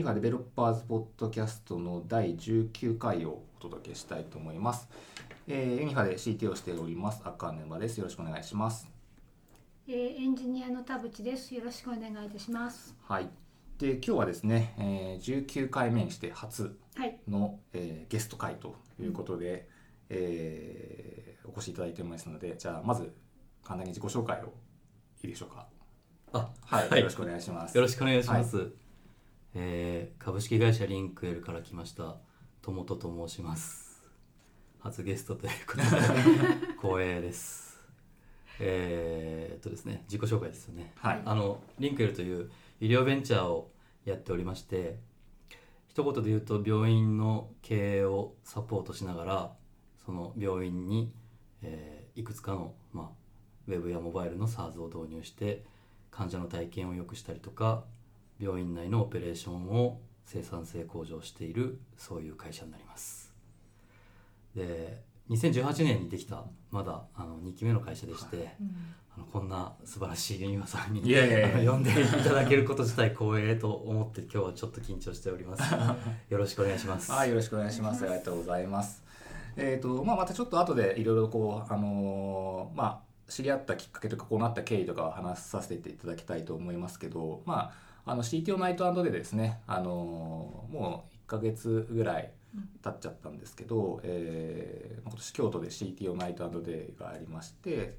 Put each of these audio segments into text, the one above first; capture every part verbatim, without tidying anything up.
ガデベロッパーズポッドキャストのだいじゅうきゅうかいをお届けしたいと思います。えー、ユニファで シーティー をしております赤沼です。よろしくお願いします。 えー、エンジニアの田淵です。よろしくお願いいたします。 はい。で今日はですね、えー、じゅうきゅうかいめにして初の、はいえー、ゲスト会ということで、うんえー、お越しいただいておりますので、じゃあまず簡単に自己紹介をいいでしょうか。 あ、 はい、はい、よろしくお願いします。 よろしくお願いします。はい、 えー、株式会社リンクエルから来ました友人と申します。初ゲストということで光栄です。えー、っとですね自己紹介ですよね。 はい、 あのリンクエルという医療ベンチャーをやっておりまして、一言で言うと病院の経営をサポートしながら、その病院に、えー、いくつかの、まあ、ウェブやモバイルの SaaS を導入して患者の体験を良くしたりとか、病院内のオペレーションを生産性向上している、そういう会社になります。でにせんじゅうはちねんにできたまだあのにきめの会社でして、はい、あのこんな素晴らしいユニファさんにいやいやいや呼んでいただけること自体光栄と思って今日はちょっと緊張しておりますよろしくお願いします。 はい、よろしくお願いします。ありがとうございます。えーとまあ、またちょっと後でいろいろこう、あのー、まあ知り合ったきっかけとかこうなった経緯とかを話させていただきたいと思いますけど、まあ、あの シーティーオー ナイト&でですね、あのー、もういっかげつぐらい経っちゃったんですけど、えー、今年京都で シーティーオー ナイト&デーがありまして、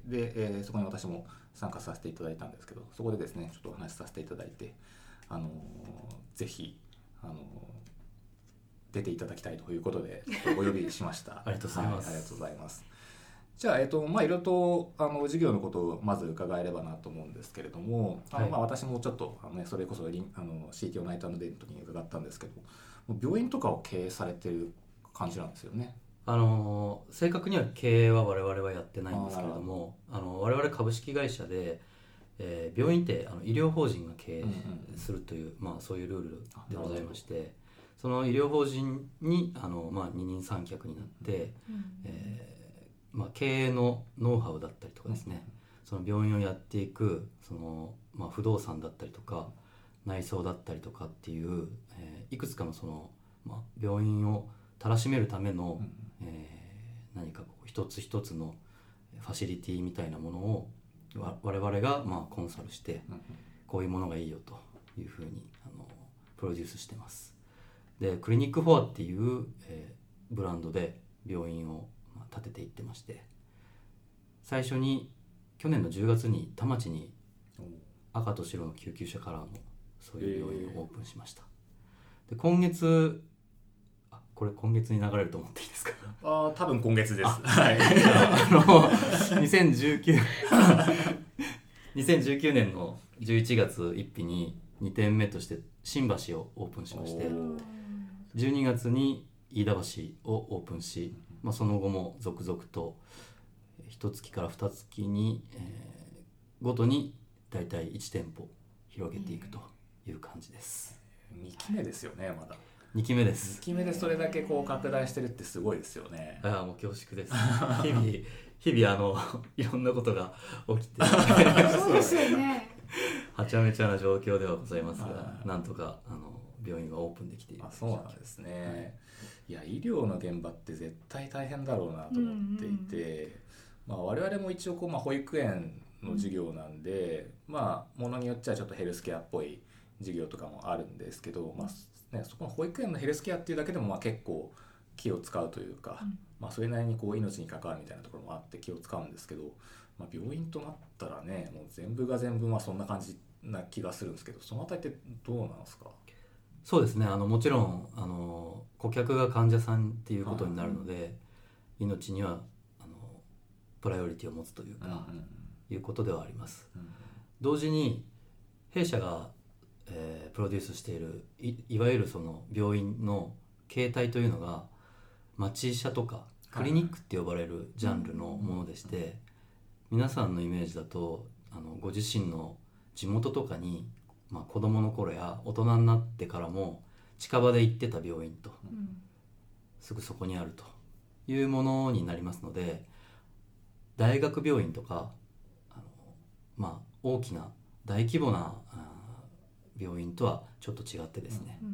で、えー、そこに私も参加させていただいたんですけど、そこでですねちょっとお話しさせていただいて、あのー、ぜひ、あのー、出ていただきたいということでお呼びしましたありがとうございます、 はい、ありがとうございます。じゃあ、えっとまあ、いろいろとあの事業のことをまず伺えればなと思うんですけれども、はい、あのまあ私もちょっとあの、ね、それこそあの シーティーオー ナイト&デーの時に伺ったんですけど、病院とかを経営されてる感じなんですよね。 あの正確には経営は我々はやってないんですけれども、あの我々株式会社で、えー、病院ってあの医療法人が経営するという、うんうんまあ、そういうルールでございまして、その医療法人にあの、まあ、二人三脚になって、うんえーまあ、経営のノウハウだったりとかですね、うん、その病院をやっていくその、まあ、不動産だったりとか内装だったりとかっていう、えー、いくつかのその、まあ、病院をたらしめるための、うんえー、何かこう一つ一つのファシリティみたいなものを我々がまあコンサルして、うん、こういうものがいいよというふうにあのプロデュースしてます。でクリニックフォアっていう、えー、ブランドで病院を立てていってまして、最初に去年のじゅうがつに田町に赤と白の救急車カラーのそういう病院をオープンしました。で今月あこれ今月に流れると思っていいですか？ あ多分今月です。 はい、あのにせんじゅうきゅう にせんじゅうきゅうねんのじゅういちがつついたちににてんめとして新橋をオープンしまして、じゅうにがつに飯田橋をオープンし、まあ、その後も続々といちがつからにがつに、えー、ごとにだいたいいちてんぽ広げていくという感じです。 にきめですよね。まだにきめです。 にきめでそれだけこう拡大してるってすごいですよね。 ああもう恐縮です。日々日々あのいろんなことが起きてそうですよね。 はちゃめちゃな状況ではございますが、なんとかあの病院がオープンできている。 あそうなんですね、はい、いや医療の現場って絶対大変だろうなと思っていて、うんうんまあ、我々も一応こう、まあ、保育園の授業なんで、うん、まあものによっちゃちょっとヘルスケアっぽい授業とかもあるんですけど、まあね、そこの保育園のヘルスケアっていうだけでもまあ結構気を使うというか、うんまあ、それなりにこう命に関わるみたいなところもあって気を使うんですけど、まあ、病院となったらねもう全部が全部まあそんな感じな気がするんですけど、そのあたりってどうなんですか？ そうですね、あのもちろんあの顧客が患者さんっていうことになるので、はい、命にはあのプライオリティを持つというか、うんうん、いうことではあります、うんうん、同時に弊社が、えー、プロデュースしている い, いわゆるその病院の形態というのが町医者とかクリニックって呼ばれるジャンルのものでして、はい、皆さんのイメージだとあのご自身の地元とかにまあ、子供の頃や大人になってからも近場で行ってた病院と、うん、すぐそこにあるというものになりますので、大学病院とかあの、まあ、大きな大規模な病院とはちょっと違ってですね、うん、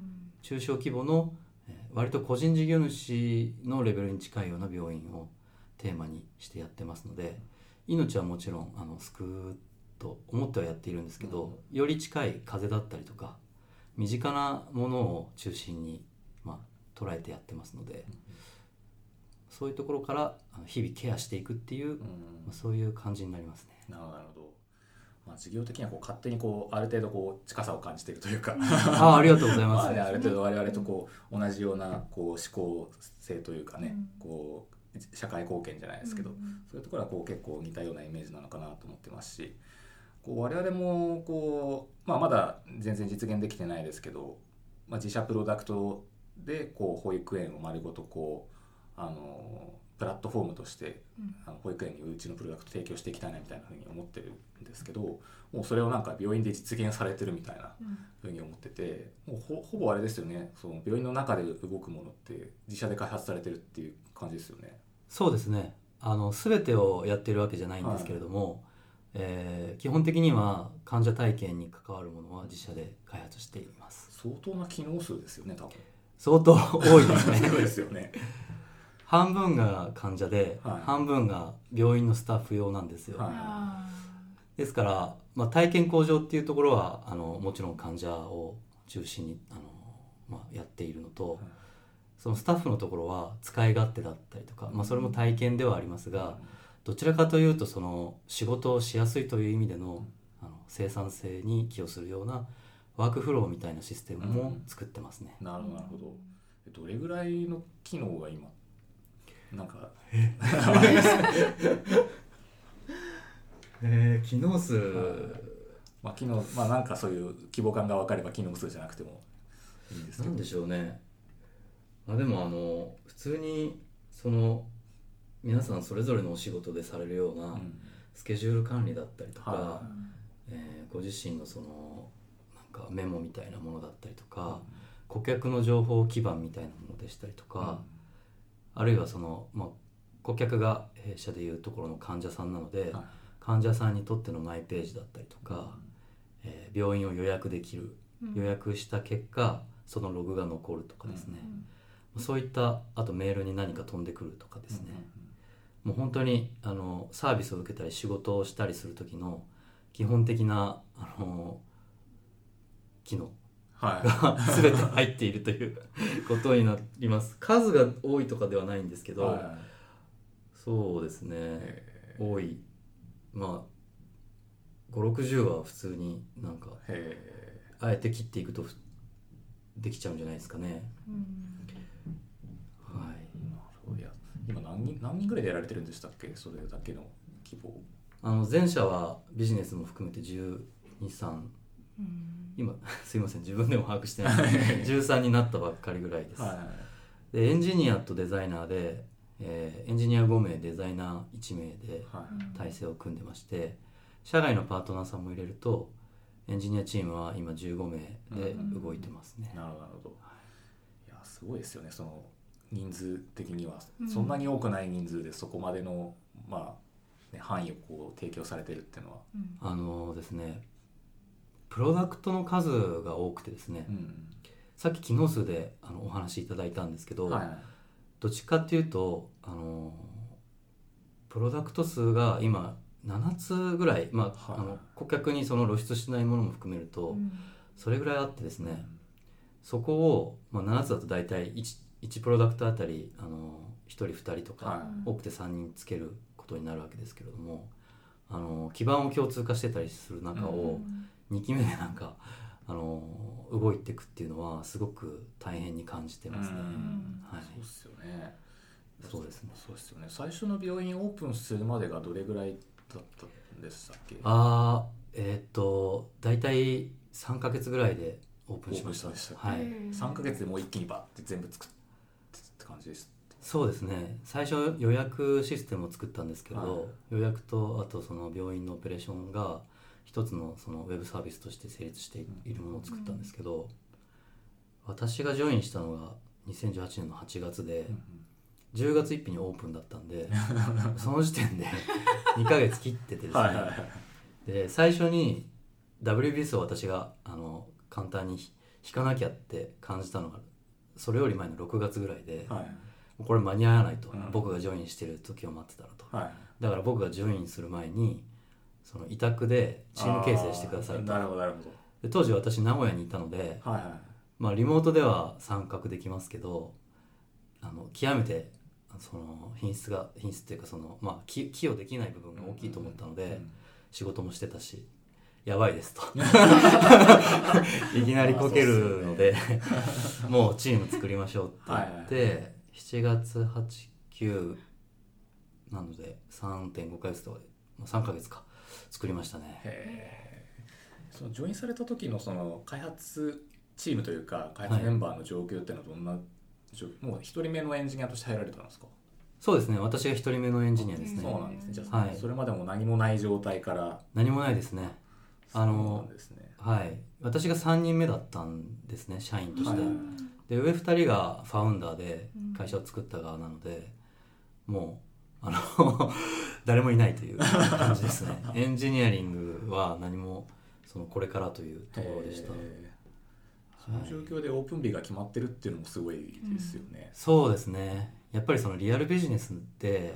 中小規模の、えー割と個人事業主のレベルに近いような病院をテーマにしてやってますので、命はもちろんあの救うと思ってはやっているんですけど、より近い風邪だったりとか身近なものを中心に、まあ、捉えてやってますので、そういうところからあの日々ケアしていくっていう、 うんまあ、そういう感じになりますね。 なるほどなるほど。まあ、事業的にはこう勝手にこうある程度こう近さを感じているというかああ、ありがとうございます。 まあね、ある程度我々とこう同じようなこう思考性というかね、 うんこう社会貢献じゃないですけど、 うんそういうところはこう結構似たようなイメージなのかなと思ってますし、こう我々もこう、まあ、まだ全然実現できてないですけど、まあ、自社プロダクトでこう保育園を丸ごとこうあのプラットフォームとしてうんあの保育園にうちのプロダクト提供していきたいなみたいなふうに思ってるんですけど、もうそれをなんか病院で実現されてるみたいなうんふうに思ってて、もう ほ, ほぼあれですよね、その病院の中で動くものって自社で開発されてるっていう感じですよね。 そうですね。あの全てをやってるわけじゃないんですけれども、えー基本的には患者体験に関わるものは自社で開発しています。 相当な機能数ですよね、多分。 相当多いですね。 そうですよね。 半分が患者で、 はい半分が病院のスタッフ用なんですよ。 はいあですから、まあ、体験向上っていうところはあのもちろん患者を中心にあの、まあ、やっているのと、そのスタッフのところは使い勝手だったりとか、まあ、それも体験ではありますが、どちらかというとその仕事をしやすいという意味での、あの生産性に寄与するようなワークフローみたいなシステムも作ってますね。 なるほどなるほど。どれぐらいの機能が今なんかえー、機能数、 まあ機能まあなんかそういう規模感が分かれば機能数じゃなくてもいいんですけど。 なんでしょうね。あでもあの普通にその皆さんそれぞれのお仕事でされるようなうんスケジュール管理だったりとか、 はえーご自身のそのなんかメモみたいなものだったりとか、顧客の情報基盤みたいなものでしたりとか、あるいはその、まあ、顧客が弊社でいうところの患者さんなので、 はい患者さんにとってのマイページだったりとか、えー病院を予約できる、 うん予約した結果そのログが残るとかですね、そういったあとメールに何か飛んでくるとかですね、もう本当にあのサービスを受けたり仕事をしたりする時の基本的なあの機能はいが全て入っているということになります。数が多いとかではないんですけど、 はいそうですね、 へ多い、まあごじゅうろくじゅうは普通になんかーへあえて切っていくとふできちゃうんじゃないですかね。 ーはいそういや今何人何人ぐらいでやられてるんでしたっけ、それだけの規模。 あの前者はビジネスも含めてじゅうに、さん今すいません自分でも把握してないじゅうさんになったばっかりぐらいです、 はでエンジニアとデザイナーで、えーエンジニアごめいデザイナーいちめいでいはい体制を組んでまして、社外のパートナーさんも入れるとエンジニアチームは今じゅうごめいで動いてますね、 なるほどなるほど。いやすごいですよね、その人数的には、 うんそんなに多くない人数でそこまでのまあ、ね、範囲をこう提供されてるっていうのは。 あのですねプロダクトの数が多くてですね、 うんさっき機能数であのお話しいただいたんですけど、 はいはいどっちかっていうとあのプロダクト数が今ななつぐらい、まあはいあの顧客にその露出しないものも含めると、それぐらいあってですね、そこを、まあ、ななつだと大体 1, 1プロダクトあたりあのひとりふたりとか、 はい多くてさんにんつけることになるわけですけれども、あの基盤を共通化してたりする中をにきめでなんかあの動いていくっていうのはすごく大変に感じてますね、 うんはい、 そうですよね。 そうですね。 そうですよね。最初の病院オープンするまでがどれぐらいだったんでしたっけ？ あーえーっと大体さんかげつぐらいでオープンしました。 オープンしましたはい、 さんかげつでもう一気にバッて全部作ってって感じです。 そうですね。最初予約システムを作ったんですけど、 はい予約とあとその病院のオペレーションが一つのそのウェブサービスとして成立しているものを作ったんですけど、私がジョインしたのがにせんじゅうはちねんのはちがつで、じゅうがつついたちにオープンだったんでその時点でにかげつ切っててですね、 はいはいはい。 で最初に ダブリュービーエス を私があの簡単に引かなきゃって感じたのがそれより前のろくがつぐらいで、 はい、 これ間に合わないと、 うん、 僕がジョインしてる時を待ってたらと、 はい、 だから僕がジョインする前にその委託でチーム形成してくださいと。 なるほどなるほど。 で当時私名古屋にいたので、 はいはい、 まあ、リモートでは参画できますけどあの極めてその品質が品質っていうかその、まあ、寄与できない部分が大きいと思ったので、うんうんうん、仕事もしてたしやばいですといきなりこけるので、ね、もうチーム作りましょうって言って、はいはい、しちがつはち、きゅうなので さんてんご ヶ月とかでさんかげつか作りましたね。 へー。そのジョインされた時のその開発チームというか開発メンバーの状況っていうのはどんな、はい、もう一人目のエンジニアとして入られたんですか？ そうですね、私が一人目のエンジニアですね。 そうなんですね。じゃあ、 はい、 それまでも何もない状態から何もないですね。あのそうなんですね。 はい、私がさんにんめだったんですね、社員として、はい、で上ふたりがファウンダーで会社を作った側なので、うん、もうあの誰もいないという感じですねエンジニアリングは何もそのこれからというところでした。 その状況でオープン日が決まってるっていうのもすごいですよね、 うん、そうですね。やっぱりそのリアルビジネスって、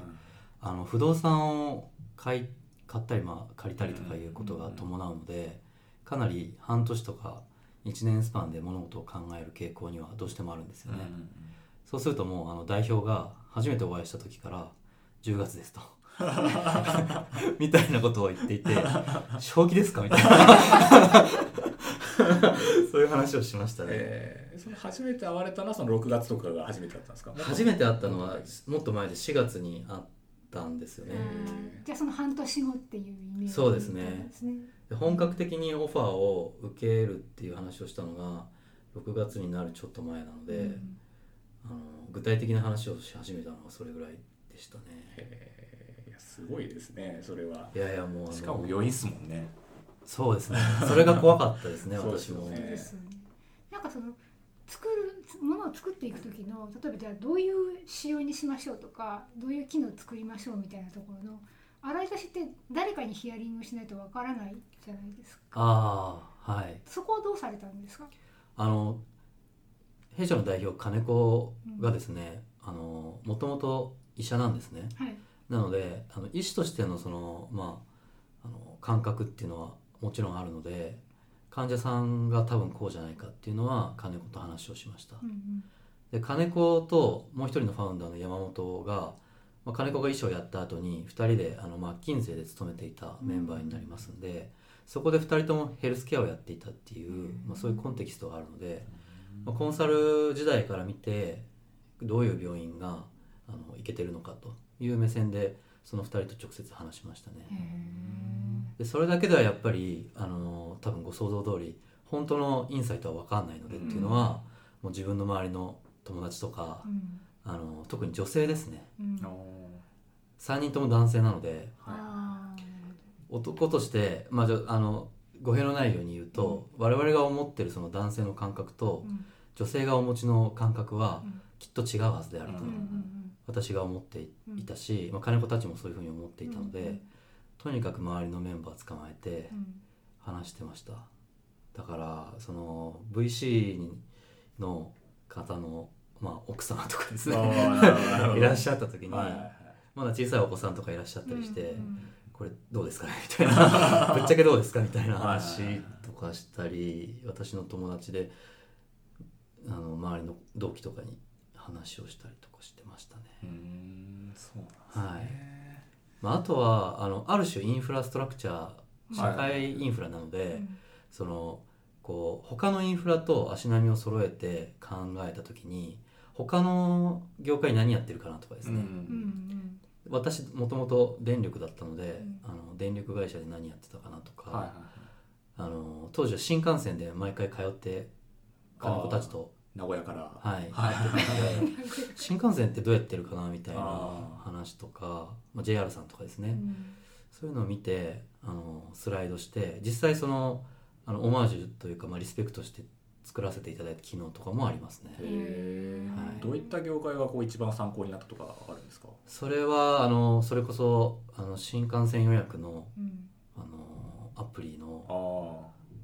うん、あの不動産を買い買ったりまあ借りたりとかいうことが伴うので、かなり半年とかいちねんスパンで物事を考える傾向にはどうしてもあるんですよね、うん、そうするともうあの代表が初めてお会いした時からじゅうがつですとみたいなことを言っていて正気ですかみたいなそういう話をしましたね、 えー、その初めて会われたのはそのろくがつとかが初めてだったんですか？ 初めて会ったのはもっと前でしがつに会ったんですよね。 じゃあその半年後っていうイメージ。 そうですね。で本格的にオファーを受けるっていう話をしたのがろくがつになるちょっと前なので、うん、あの具体的な話をし始めたのはそれぐらいでしたね。 へー、いやすごいですねそれは。 いやいやもうしかも病院っすもんね。 そうですね。それが怖かったですね私も。 そうですね。なんかその作るものを作っていく時の例えばじゃあどういう仕様にしましょうとかどういう機能を作りましょうみたいなところの洗い出しって誰かにヒアリングしないとわからないじゃないですか。 ああ、はい。 そこはどうされたんですか？ あの弊社の代表金子がですね、うん、あのもともと医者なんですね、 はい、 なのであの医師としてのそのまああの感覚っていうのはもちろんあるので患者さんが多分こうじゃないかっていうのは金子と話をしました、うんうん、で金子ともう一人のファウンダーの山本が、まあ、金子が医師をやった後にふたりであのマッキンゼーで勤めていたメンバーになりますんで、うん、そこでふたりともヘルスケアをやっていたっていう、うんまあ、そういうコンテキストがあるので、うんまあ、コンサル時代から見てどういう病院があのいけてるのかという目線でそのふたりと直接話しましたね。でそれだけではやっぱりあの多分ご想像通り本当のインサイトは分かんないのでっていうのは、うん、もう自分の周りの友達とか、うん、あの特に女性ですね、うん、さんにんとも男性なので、はい、男として、まあ、あの語弊のないように言うと、うん、我々が思ってるその男性の感覚と、うん、女性がお持ちの感覚はきっと違うはずであると、うん、私が思っていたし、まあ、金子たちもそういうふうに思っていたので、うんとにかく周りのメンバー捕まえて話してました、うん、だからその ブイシー の方の、まあ、奥様とかですねいらっしゃった時に、はいはいはい、まだ小さいお子さんとかいらっしゃったりして、うんうん、これどうですかねみたいなぶっちゃけどうですかみたいな話とかしたり私の友達であの周りの同期とかに話をしたりとかしてましたね。 うーんそうなんですね、はいまあ、あとは あのある種インフラストラクチャー社会インフラなので、はい、そのこう他のインフラと足並みを揃えて考えた時に他の業界何やってるかなとかですね、うんうん、私もともと電力だったので、うん、あの電力会社で何やってたかなとか、はいはいはい、あの当時は新幹線で毎回通って金子たちと名古屋からはい、はい、新幹線ってどうやってるかなみたいな話とか、まあ、ジェイアール さんとかですね、うん、そういうのを見てあのスライドして実際その、あのオマージュというか、まあ、リスペクトして作らせていただいた機能とかもありますね。 へー、はい、どういった業界がこう一番参考になったとかあるんですか？ それはあのそれこそあの新幹線予約の、うん、あのアプリの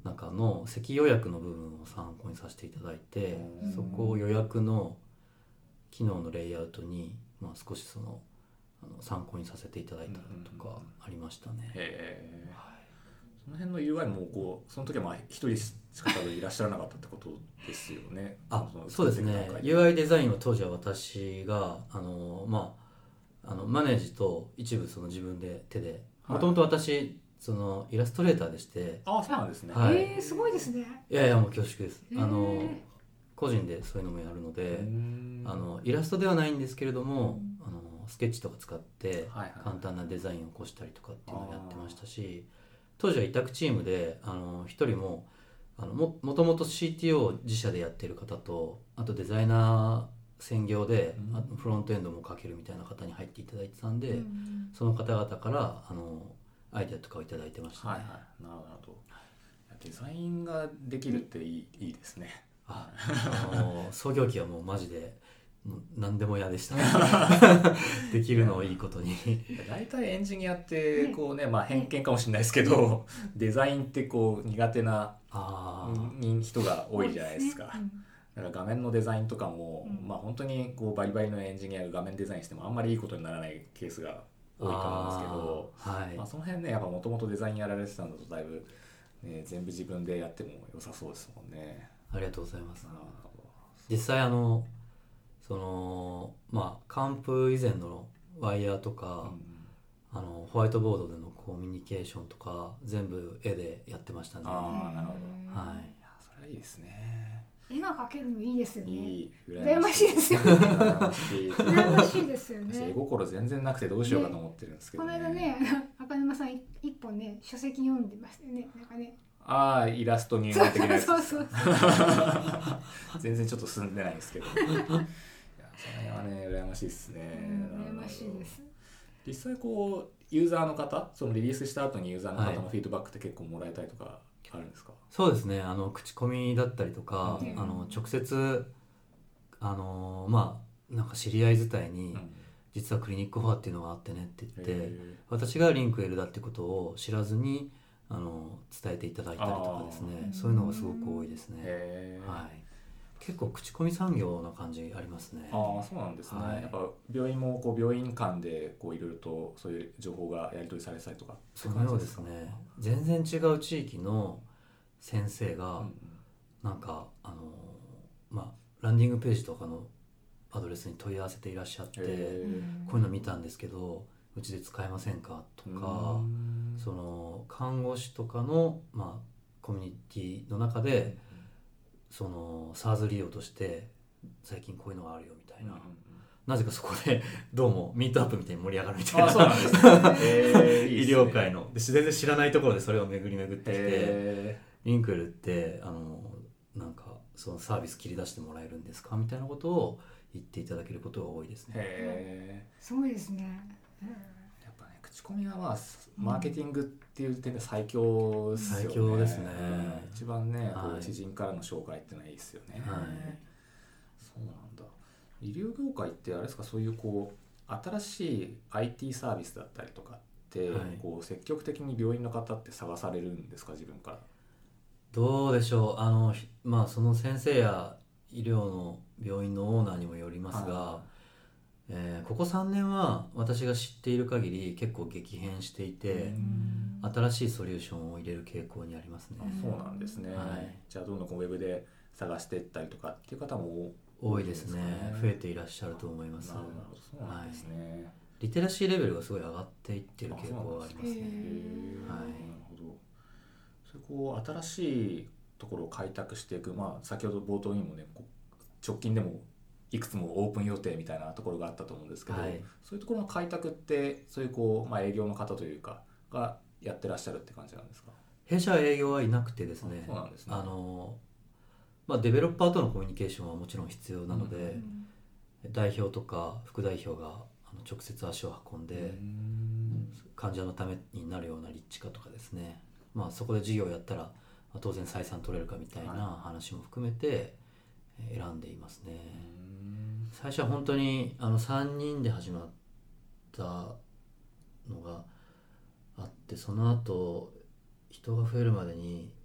中の席予約の部分を参考にさせていただいて、 うんそこを予約の機能のレイアウトに、まあ、少しそのあの参考にさせていただいたとかありましたね。 へー、その辺の ユーアイ もこうその時はまあ一人しか多分いらっしゃらなかったってことですよね。 あ、 のそうですね。 ユーアイ デザインは当時は私があの、まあ、あのマネージと一部その自分で手で、もともと私そのイラストレーターでして、 ああそうなんですね。 はいえー、すごいですね。 いやいやもう恐縮です。 へーあの個人でそういうのもやるので、 うんあのイラストではないんですけれども、 うんあのスケッチとか使ってはいはい簡単なデザインを起こしたりとかっていうのをやってましたし、当時は委託チームであの一人もあの も, もともと シーティーオー 自社でやっている方と、あとデザイナー専業で、 うんあのフロントエンドもかけるみたいな方に入っていただいてたんで、 うんその方々からあのアイデアとかをいただいてましたね。 はいはい、なるほど。いやデザインができるっていい、いいですね。 ああの創業期はもうマジでもう何でも嫌でしたねできるのをいいことに大体エンジニアってこうね、まあ偏見かもしれないですけど、デザインってこう苦手なあ人人が多いじゃないですか。 そうねだから画面のデザインとかも、 うんまあ本当にこうバリバリのエンジニアが画面デザインしてもあんまりいいことにならないケースが多いと思うんですけど、 あーはい、 まあ、その辺ねやっぱもともとデザインやられてたのとだいぶ、ね、全部自分でやっても良さそうですもんね。 ありがとうございます。 あ実際あのそのまあカンプ以前のワイヤーとーか、 うんあのホワイトボードでのコミュニケーションとか全部絵でやってましたね。はあーなるほど。 い、 いやそれはいいですね。 絵が描けるのいいですよね。 いい羨ましいですよね。 羨ましい羨ましいですよ私絵ね。 心全然なくてどうしようかと思ってるんですけこどね。 の間ね、赤沼さんい一本ね書籍読んでましたよね。なんかね。 ああイラスト入門的なやつそうそうそう。 全然ちょっと進んでないんですけどいやその辺はね羨ましいですね。 羨ましいです。 実際こうユーザーの方、そのリリースした後にユーザーの方はいのフィードバックって結構もらえたりとかあるんですか？ そうですね。あの口コミだったりとか、 うんあの直接あのまあなんか知り合い伝いに、 うん実はクリニックフォアっていうのがあってねって言って、 へ私がリンクエルだってことを知らずにあの伝えていただいたりとかですね、 あーそういうのがすごく多いですーね。 へーはい、結構口コミ産業な感じありますね。 ああそうなんですね、 はいやっぱ病院もこう病院間でこういろいろとそういう情報がやり取りされてたりとかってそのようですか？ ね。全然違う地域の先生が、 うんなんかあのまあランディングページとかのアドレスに問い合わせていらっしゃって、 へこういうの見たんですけどうちで使えませんかとーか、 うんその看護師とかの、まあ、コミュニティの中でその SARS 利用として最近こういうのがあるよみたいな、 うんうんなぜかそこでどうもミートアップみたいに盛り上がるみたいな、 あそうなんですねへーいい医ですね療界ので全然知らないところでそれを巡り巡ってきて、 へリンクエルってあのなんかそのサービス切り出してもらえるんですかみたいなことを言っていただけることが多いですーね。 へすごいですね。うんーやっぱね口コミはまあマーケティングっていう点で最強ですよね。 最強ですねうん一番ねこはいう知人からの紹介っていうのはいいですよね。 はいそうなんだ。医療業界ってあれですか、そういうこう新しい アイティー サービスだったりとかって、 はいこう積極的に病院の方って探されるんですか、自分から？ どうでしょうあの、ひまあ、その先生や医療の病院のオーナーにもよりますが、 はえーここさんねんは私が知っている限り結構激変していて、新しいソリューションを入れる傾向にありますね。 あそうなんですね。 はいじゃあどんどんこうウェブで探していったりとかっていう方も多いですね。 多い増えていらっしゃると思います。 なるほど、そうなんですね。 リテラシーレベルがすごい上がっていってる傾向がありますね。 へへーはいなるほど。それこう新しいところを開拓していく、まあ先ほど冒頭にもね、こう直近でもいくつもオープン予定みたいなところがあったと思うんですけど、 はいそういうところの開拓ってそういうこう、まあ、営業の方というかがやってらっしゃるって感じなんですか？ 弊社営業はいなくてですね、 あそうなんですね。 あのまあ、デベロッパーとのコミュニケーションはもちろん必要なので、 うん代表とか副代表があの直接足を運んで、 うーん患者のためになるような立地化とかですね、まあ、そこで事業をやったら、まあ、当然採算取れるかみたいな話も含めてえー選んでいますね。最初は本当にあのさんにんで始まったのがあって、その後人が増えるまでに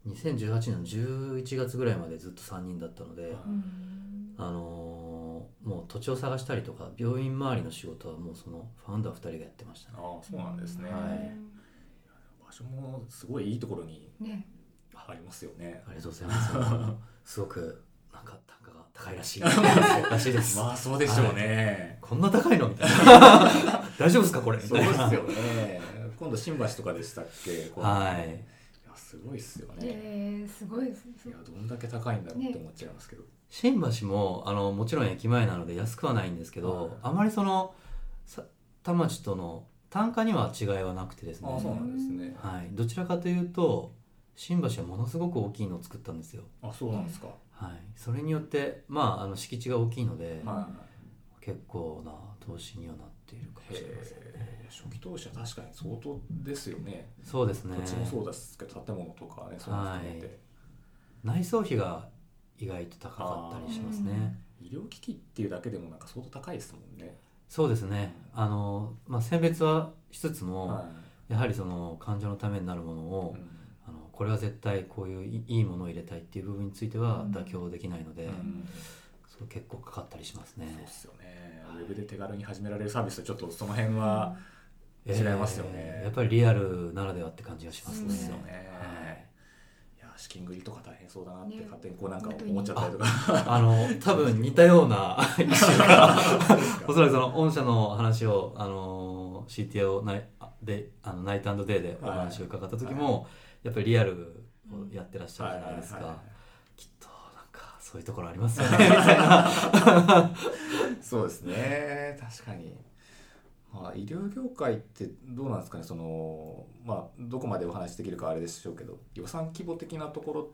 にせんじゅうはちねんのじゅういちがつぐらいまでずっとさんにんだったので、 うんあのーもう土地を探したりとか病院周りの仕事はもうそのファウンダーふたりがやってましたね。 ああそうなんですね、 はい場所もすごいいいところにねありますよね。 ありがとうございますすごくなんか単価が高いらしいらしいですまあそうでしょうね、 こんな高いのみたいな大丈夫ですかこれみそうたいなですよね。今度新橋とかでしたっけ。こうはいいやすごいっすよね。 えー、すごいですいやどんだけ高いんだろうって思っちゃいますけど、 新橋もあのもちろん駅前なので安くはないんですけど、 はいあまりそのさ田町との単価には違いはなくてですね、 ああそうなんですね。 はい、どちらかというと新橋はものすごく大きいのを作ったんですよ、 あそうなんですか、 はい、それによってまああの敷地が大きいので、 は結構な投資にはなっているかい、 もしれませんね。 へえ初期投資は確かに相当ですよね。 そうですね、 土地もそうですけど建物とかねそういうの含めて、 内装費が意外と高かったりしますね。 医療機器っていうだけでもなんか相当高いですもんね。 そうですね、あの、まあ、選別はしつつも、 はやはりその患者のためになるものい、 を、 うんあのこれは絶対こういういいいものを入れたいっていう部分についてはうん妥協できないので、 うんそう結構かかったりしますね。 そうですよね。ウェブで手軽に始められるサービスとちょっとその辺は違いますよね。 えーやっぱりリアルならではって感じがしますね。 そうですよね。 はいいや資金繰りとか大変そうだなってね勝手にこうなんか思っちゃったりとか。 あの多分似たようなイシューがおそらくその御社の話をあの シーティーオー ナイであのナイト&デイでお話を伺った時も、やっぱりリアルをやってらっしゃるじゃないですか、 はいはいはいきっとなんかそういうところありますよねみたいなそうですね。確かに。まあ、医療業界ってどうなんですかね。そのまあどこまでお話しできるかあれでしょうけど、予算規模的なところって、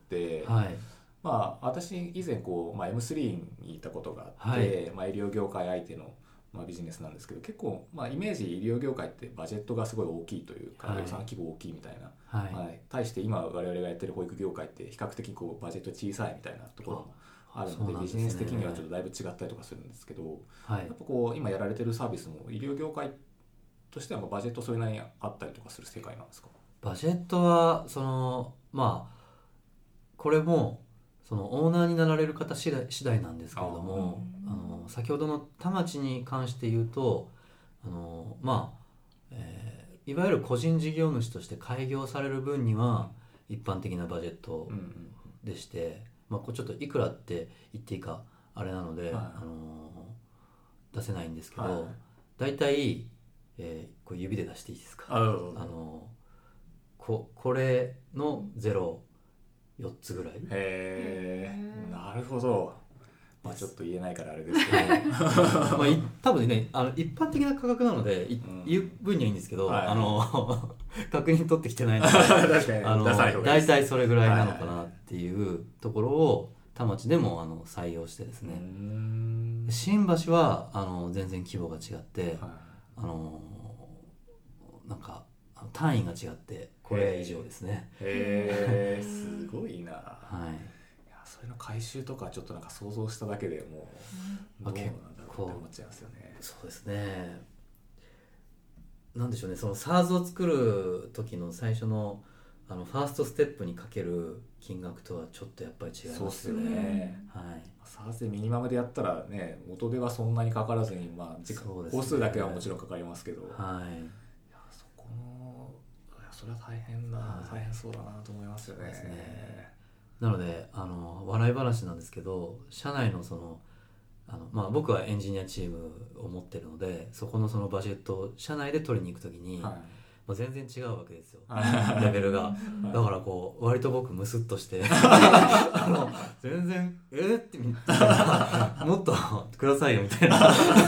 はいまあ私以前こう、まあ、エムスリー に行ったことがあって、 はいまあ、医療業界相手の、まあ、ビジネスなんですけど、結構、まあ、イメージ医療業界ってバジェットがすごい大きいというか、 はい予算規模大きいみたいな、 はい、 はい、対して今我々がやってる保育業界って比較的こうバジェット小さいみたいなところもあるので、 そうなんですねビジネス的にはちょっとだいぶ違ったりとかするんですけど、 はいやっぱこう今やられてるサービスも医療業界としてはまあバジェットそれなりにあったりとかする世界なんですか。 バジェットはそのまあこれもそのオーナーになられる方次第、次第なんですけれども、あの先ほどの田町に関して言うとあのまあ、えーいわゆる個人事業主として開業される分には一般的なバジェットうんうんでして、まあ、これちょっといくらって言っていいかあれなので、 はいあの出せないんですけど、 はいだいたい、えーこれ指で出していいですか。 あどうぞあのここれのゼロよっつぐらい、 へへえ、 ーなるほど。まあちょっと言えないからあれですけど、 まあ、い多分ねあの一般的な価格なのでい、 うん言う分にはいいんですけど、 はいあの確認取ってきてないので確かにあの出さない方がいいです。 大体それぐらいなのかなっていうところを田町でもあの採用してですうーね、 んで新橋はあの全然規模が違って、 はあのなんかあの単位が違ってこれ以上ですね。 い、へえ、すごいな。 はいいやそれの回収とかちょっとなんか想像しただけでもうどうなんだろうって思っちゃいますよね。 そうですね。なんでしょうね、その SARS を作る時の最初のあのファーストステップにかける金額とはちょっとやっぱり違いそうっすよますよね。 ね。 はい。 サーズでミニマムでやったらね、元手はそんなにかからずに、まあ時間そうですね工数だけはもちろんかかりますけど、いはい。 やそこのいやそれは大変だ、 はい大変そうだなと思いますよね。 そうですねなのであの笑い話なんですけど、社内のそのあのまあ僕はエンジニアチームを持ってるので、そこのそのバジェットを社内で取りに行くときに、 はいまあ、全然違うわけですよ。 はいレベルが。 はいだからこう割と僕ムスッとしてあの全然えー、ってみたいなもっとくださいよみたいな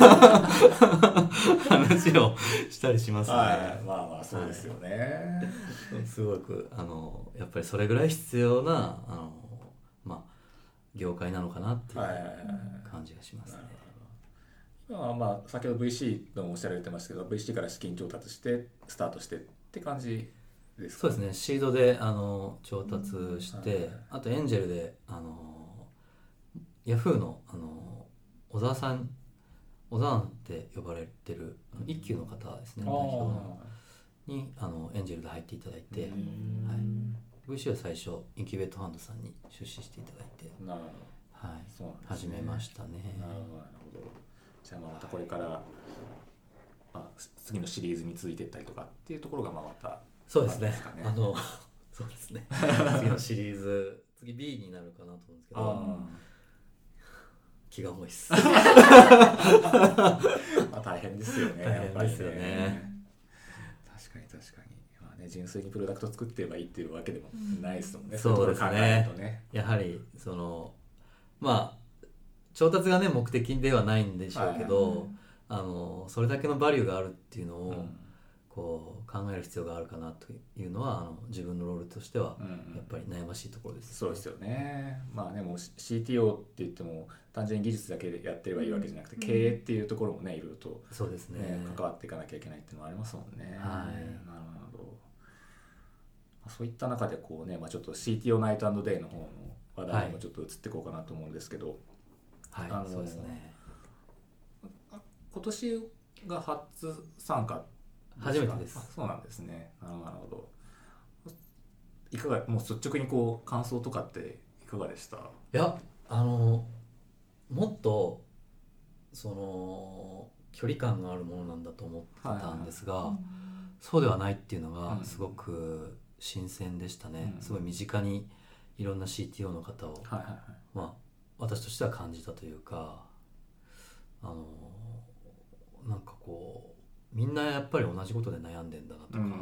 話をしたりしますね、 はい、まあまあそうですよね。 すごくあのやっぱりそれぐらい必要なあの、まあ、業界なのかなっていうはいはいはいはい感じがしますね。 今はまあ先ほど ブイシー ともおっしゃられてましたけど ブイシー から資金調達してスタートしてって感じですか。 そうですね、シードであの調達して、 はいあとエンジェルであのヤフーのあの小沢さん小沢って呼ばれてる一級の方ですね、代表のあにあのエンジェルで入っていただいて、 ーうんはいブイシー は最初インキュベートファンドさんに出資していただいて、 なるほど、 はい、 そうなんですね、 始めましたね。 なるほどなるほど。じゃあまあまたこれから、まあ、次のシリーズに続いていったりとかっていうところがまあまたそうですね。 あるんですかね。 あのそうですね。次のシリーズ次 ビー になるかなと思うんですけど、 あ気が重いっす。 まあ大変ですよね。 大変ですよねやっぱりね。確かに確かに。まあね、純粋にプロダクト作ってればいいっていうわけでもないですもんね。 そうですね。 そういうところを考えるとね。 やはりそのまあ調達がね目的ではないんでしょうけど、 はいはい、 あのそれだけのバリューがあるっていうのを、 うんこう考える必要があるかなというのはあの自分のロールとしてはうんうんやっぱり悩ましいところです、 そうですよね。まあね、もう シーティーオー って言っても単純に技術だけでやってればいいわけじゃなくて、 うん経営っていうところもねいろいろと、 そうですねね、関わっていかなきゃいけないっていうのはありますもんね。 はいなるほど。そういった中でこうね、まあ、ちょっと シーティーオー ナイト&デイの方の話題にもちょっと移っていこうかなと思うんですけど、 はい、 あのそうですね。 今年が初参加初めてです。 あ、そうなんですね。なるほど。いかが、もう率直にこう感想とかっていかがでした？ いや、あのもっとその距離感があるものなんだと思ってたんですが、 うんそうではないっていうのうんがすごく新鮮でしたね、 うん、 すごい身近にいろんな シーティーオー の方を、 はいはいはい、 まあ、私としては感じたというか、あのなんかこうみんなやっぱり同じことで悩んでんだなとか、 うんうんうん、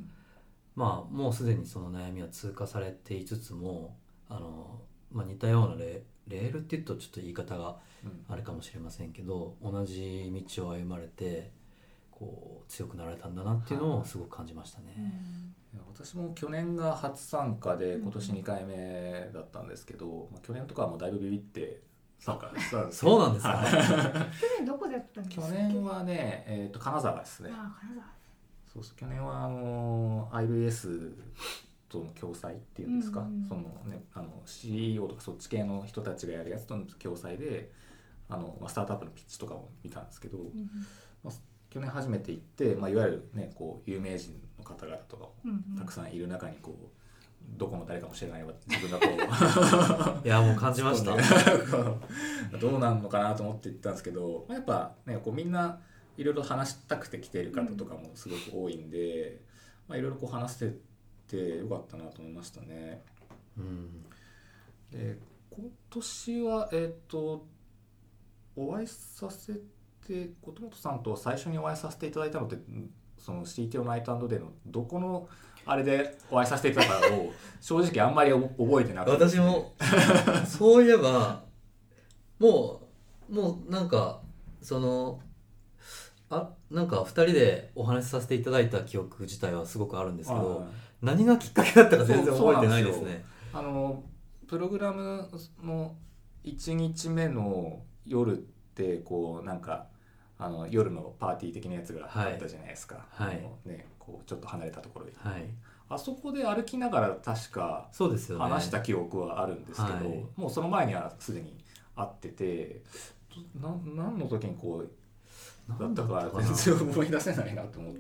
まあもうすでにその悩みは通過されていつつもあの、まあ、似たようなレレールって言うとちょっと言い方があれかもしれませんけど、同じ道を歩まれてこう強くなられたんだなっていうのをすごく感じましたね、 うん、私も去年が初参加で今年にかいめだったんですけど、まあ、去年とかはもうだいぶビビって参加したんですけど。 そうなんですか去年どこだったんですか？ 去年はね、えー、と金沢ですね。 ああ、金沢。 そうそう、去年はあの アイビーエス との共催っていうんですか、 うんうん、 そのね、あの シーイーオー とかそっち系の人たちがやるやつとの共催で、あのスタートアップのピッチとかも見たんですけど、 うんまあ、去年初めて行って、まあ、いわゆる、ね、こう有名人の方々とかもうんたくさんいる中にこうどこの誰かもしれない自分がこういやもう感じましたどうなんのかなと思って行ったんですけど、まあ、やっぱねこうみんないろいろ話したくて来ている方とかもすごく多いんで、まあ、いろいろこう話しててよかったなと思いましたね。 うん、 で今年はえっとお会いさせてこともとさんと最初にお会いさせていただいたのってその シーティーオー ナイト&デーのどこのあれでお会いさせていただいたかを正直あんまり覚えてなくて、 私もそういえばもうもうなんかそのあなんかふたりでお話しさせていただいた記憶自体はすごくあるんですけど、何がきっかけだったか全然覚えてないですね。 あのプログラムのいちにちめの夜ってこうなんかあの夜のパーティー的なやつがあったじゃないですか、 はい、 あのね、こうちょっと離れたところで、 はい、 あそこで歩きながら確か話した記憶はあるんですけど、 はい、 もうその前にはすでに会っててな何の時にこうだったか全然思い出せないなと思って。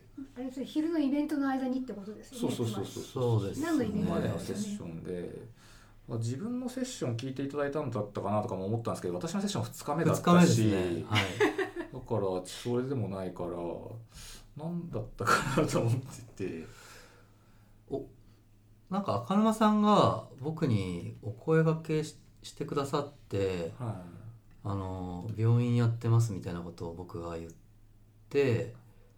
あれですね、昼のイベントの間にってことですよね。 そうそうそうそうそうです、ね、 何のイベント前のセッションで自分のセッション聞いていただいたんだったかなとかも思ったんですけど、私のセッションふつかめだったし、 ね、はい、 だからそれでもないから何だったかなと思ってて、 おなんか赤沼さんが僕にお声掛け し, してくださって、はい、あの病院やってますみたいなことを僕が言って、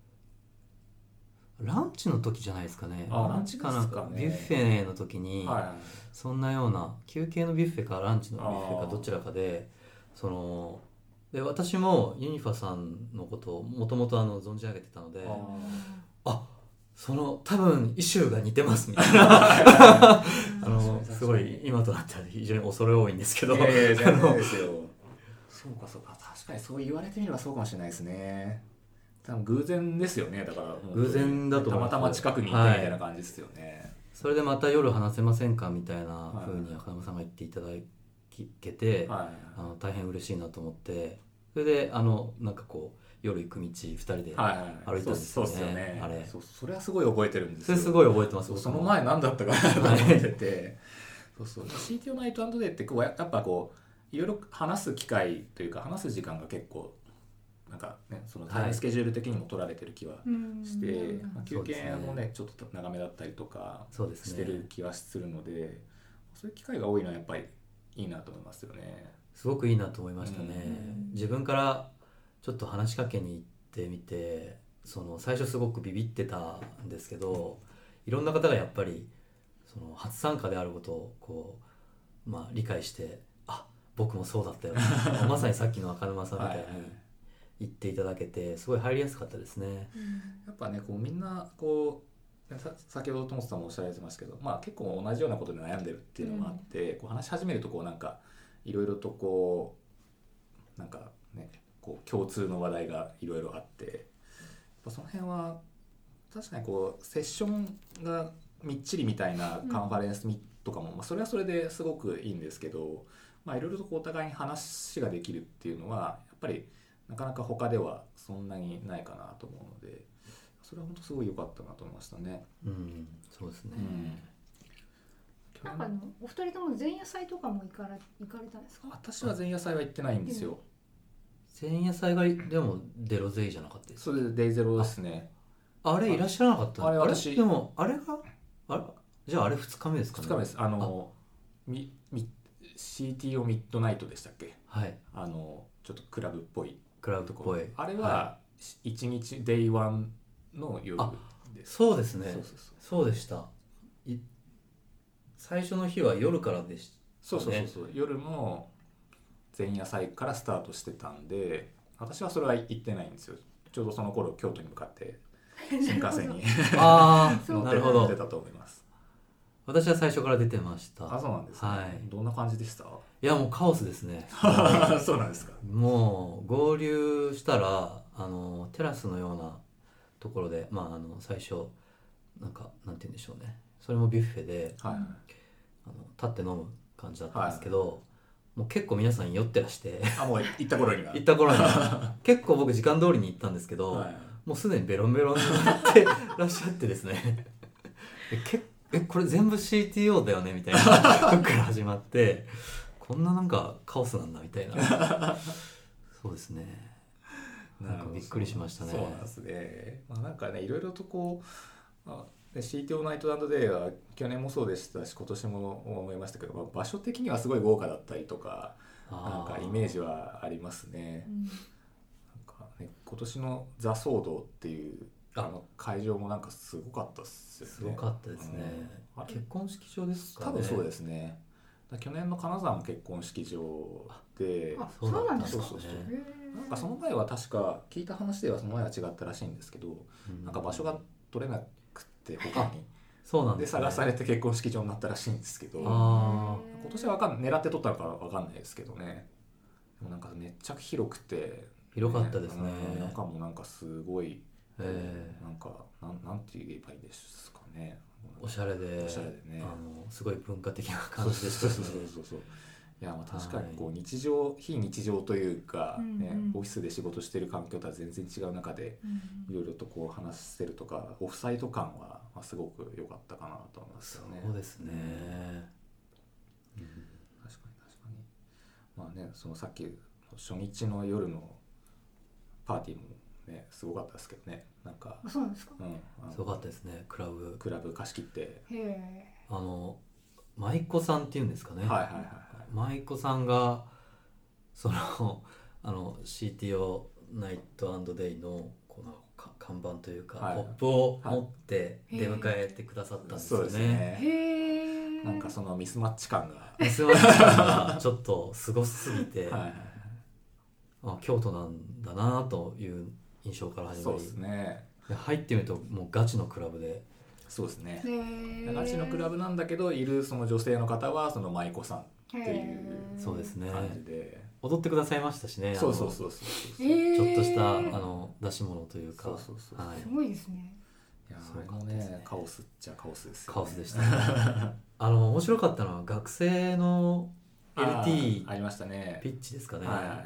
ランチの時じゃないですかね。 あ、ランチかなんかビュッフェの時に、はい、そんなような休憩のビュッフェかランチのビュッフェかどちらかで、そので私もユニファさんのことをもともと存じ上げてたので、ああその多分イシューが似てますみたいなあのすごい今となっては非常に恐れ多いんですけど、 いやいや全然ですよそうかそうか、確かにそう言われてみればそうかもしれないですね。多分偶然ですよね。だから偶然だと思います。たまたま近くにいてみたいな感じですよね、はい、 それでまた夜話せませんかみたいな風に赤沼さんが言っていただけて、はい、あの大変嬉しいなと思って、それであのなんかこう夜行く道ふたりではいはい歩いたんですよね、 そうそうっすよねあれそうそれはすごい覚えてるんですよ。 それすごい覚えてます。 そう僕もその前何だったかなと思っててそうそう シーティーオー ナイト&デイってこうややっぱこういろいろ話す機会というか話す時間が結構なんかねそのタイムスケジュール的にも取られてる気はうんして、 うんまあ、休憩もねちょっと長めだったりとかそうですねしてる気はするので、そういう機会が多いのはやっぱりいいなと思いますよね。 すごくいいなと思いましたね、 うん自分からちょっと話しかけに行ってみて、その最初すごくビビってたんですけど、いろんな方がやっぱりその初参加であることをこう、まあ、理解して、あ、僕もそうだったよまさにさっきの赤沼さんみたいに言っていただけてすごい入りやすかったですね。 やっぱねこうみんなこうさ先ほど友さんもおっしゃられてますけど、まあ、結構同じようなことで悩んでるっていうのもあって、うん、こう話し始めるとこうなんかいろいろとこうなんかねこう共通の話題がいろいろあって、やっぱその辺は確かにこうセッションがみっちりみたいなカンファレンスとかも、うんまあ、それはそれですごくいいんですけど、まあ、いろいろとこうお互いに話ができるっていうのはやっぱりなかなか他ではそんなにないかなと思うので、それは本当すごい良かったなと思いましたね。 うん、そうですね、 うん、なんかあのお二人とも前夜祭とかも行かれ、行かれたんですか？ 私は前夜祭は行ってないんですよ。 前夜祭がでもデロゼイじゃなかったですか？ それでデイゼロですね。 あれいらっしゃらなかった？ あれ私でもあれがあれじゃああれふつかめですかね？ ふつかめです。あのみみ シーティーオー ミッドナイトでしたっけ？ はい。 あのちょっとクラブっぽいクラブっぽいあれはいちにちデイワンの夜です。 そうですね。 そうそうそうそうでした。い最初の日は夜からでした、ね。 そうそうそうそう。夜の前夜祭からスタートしてたんで、私はそれは行ってないんですよ。ちょうどその頃京都に向かって新幹線にああ乗ってなるほど出たと思います。 私は最初から出てました。 あ、そうなんですね。 はい。 どんな感じでした？ いやもうカオスですね。 そうなんですか。 もう合流したらあのテラスのようなところで、まああの最初なんかなんて言うんでしょうね。それもビュッフェで、 はい、 あの立って飲む感じだったんですけど、はい、もう結構皆さん酔ってらして、 あもう行った頃には行った頃には結構僕時間通りに行ったんですけど、はい、もうすでにベロンベロンになってらっしゃってですね。けえこれ全部 シーティーオー だよねみたいなとこから始まって。こんななんかカオスなんだみたいなそうですね、なんかびっくりしましたね。 そうなんですね、まあ、なんかねいろいろとこう、まあ、シーティーオー ナイト&デイは去年もそうでしたし今年も思いましたけど、まあ、場所的にはすごい豪華だったりとかなんかイメージはありますね。なんかね今年のザ・ソードっていうあの会場もなんかすごかったっすよね。 すごかったですね、うん、結婚式場ですかね。 多分そうですね。去年の金沢も結婚式場で、 あ、そうなんですか。 そうそうそう。なんかその前は確か聞いた話ではその前は違ったらしいんですけど、うん、なんか場所が取れなくて他に、 そうなんですね、 で探されて結婚式場になったらしいんですけど、 あ今年はわかん狙って取ったのかわかんないですけどね。でもなんかめっちゃ広くて広かったですね。 うん、中もなんかすごい、 えー、 なんかなんなんて言えばいいですかね。 おしゃれで、 おしゃれでね、 あのすごい文化的な感じでしたね。 そうそうそうそう。いやまあ確かにこう日常、はい、非日常というか、ねうんうん、オフィスで仕事してる環境とは全然違う中でいろいろとこう話してるとかオフサイト感は、まあ、すごく良かったかなと思いますよね。 そうですね、 うん、確かに確かに。まあねそのさっき初日の夜のパーティーもね、すごかったですけどね。なんかあ、そうなんですか、 うん、 すごかったですね。クラブクラブ貸し切って、 へあの舞妓さんっていうんですかね、 はいはいはいはい、 舞妓さんがそのあの シーティーオー ナイト&デイのこの看板というか、はい、ポップを持って出迎えてくださったんですよね。 そうですね。 へなんかそのミスマッチ感がミスマッチ感がちょっとすごすぎてはい、はい、あ京都なんだなという印象から始まり、 そうですね。 入ってみるともうガチのクラブで、 そうですね。ガチのクラブなんだけどいるその女性の方はその舞妓さんっていうそうですね感じで踊ってくださいましたしね。 そうそうそうそうそう、 ちょっとしたあの出し物というか、 そうそうそう、 はい、すごいですね。 いやそれもねカオスっちゃカオスですよね。 カオスでしたね。あの面白かったのは学生の エルティーあ, ありましたね。 ピッチですかね。 はいはいはい、 あ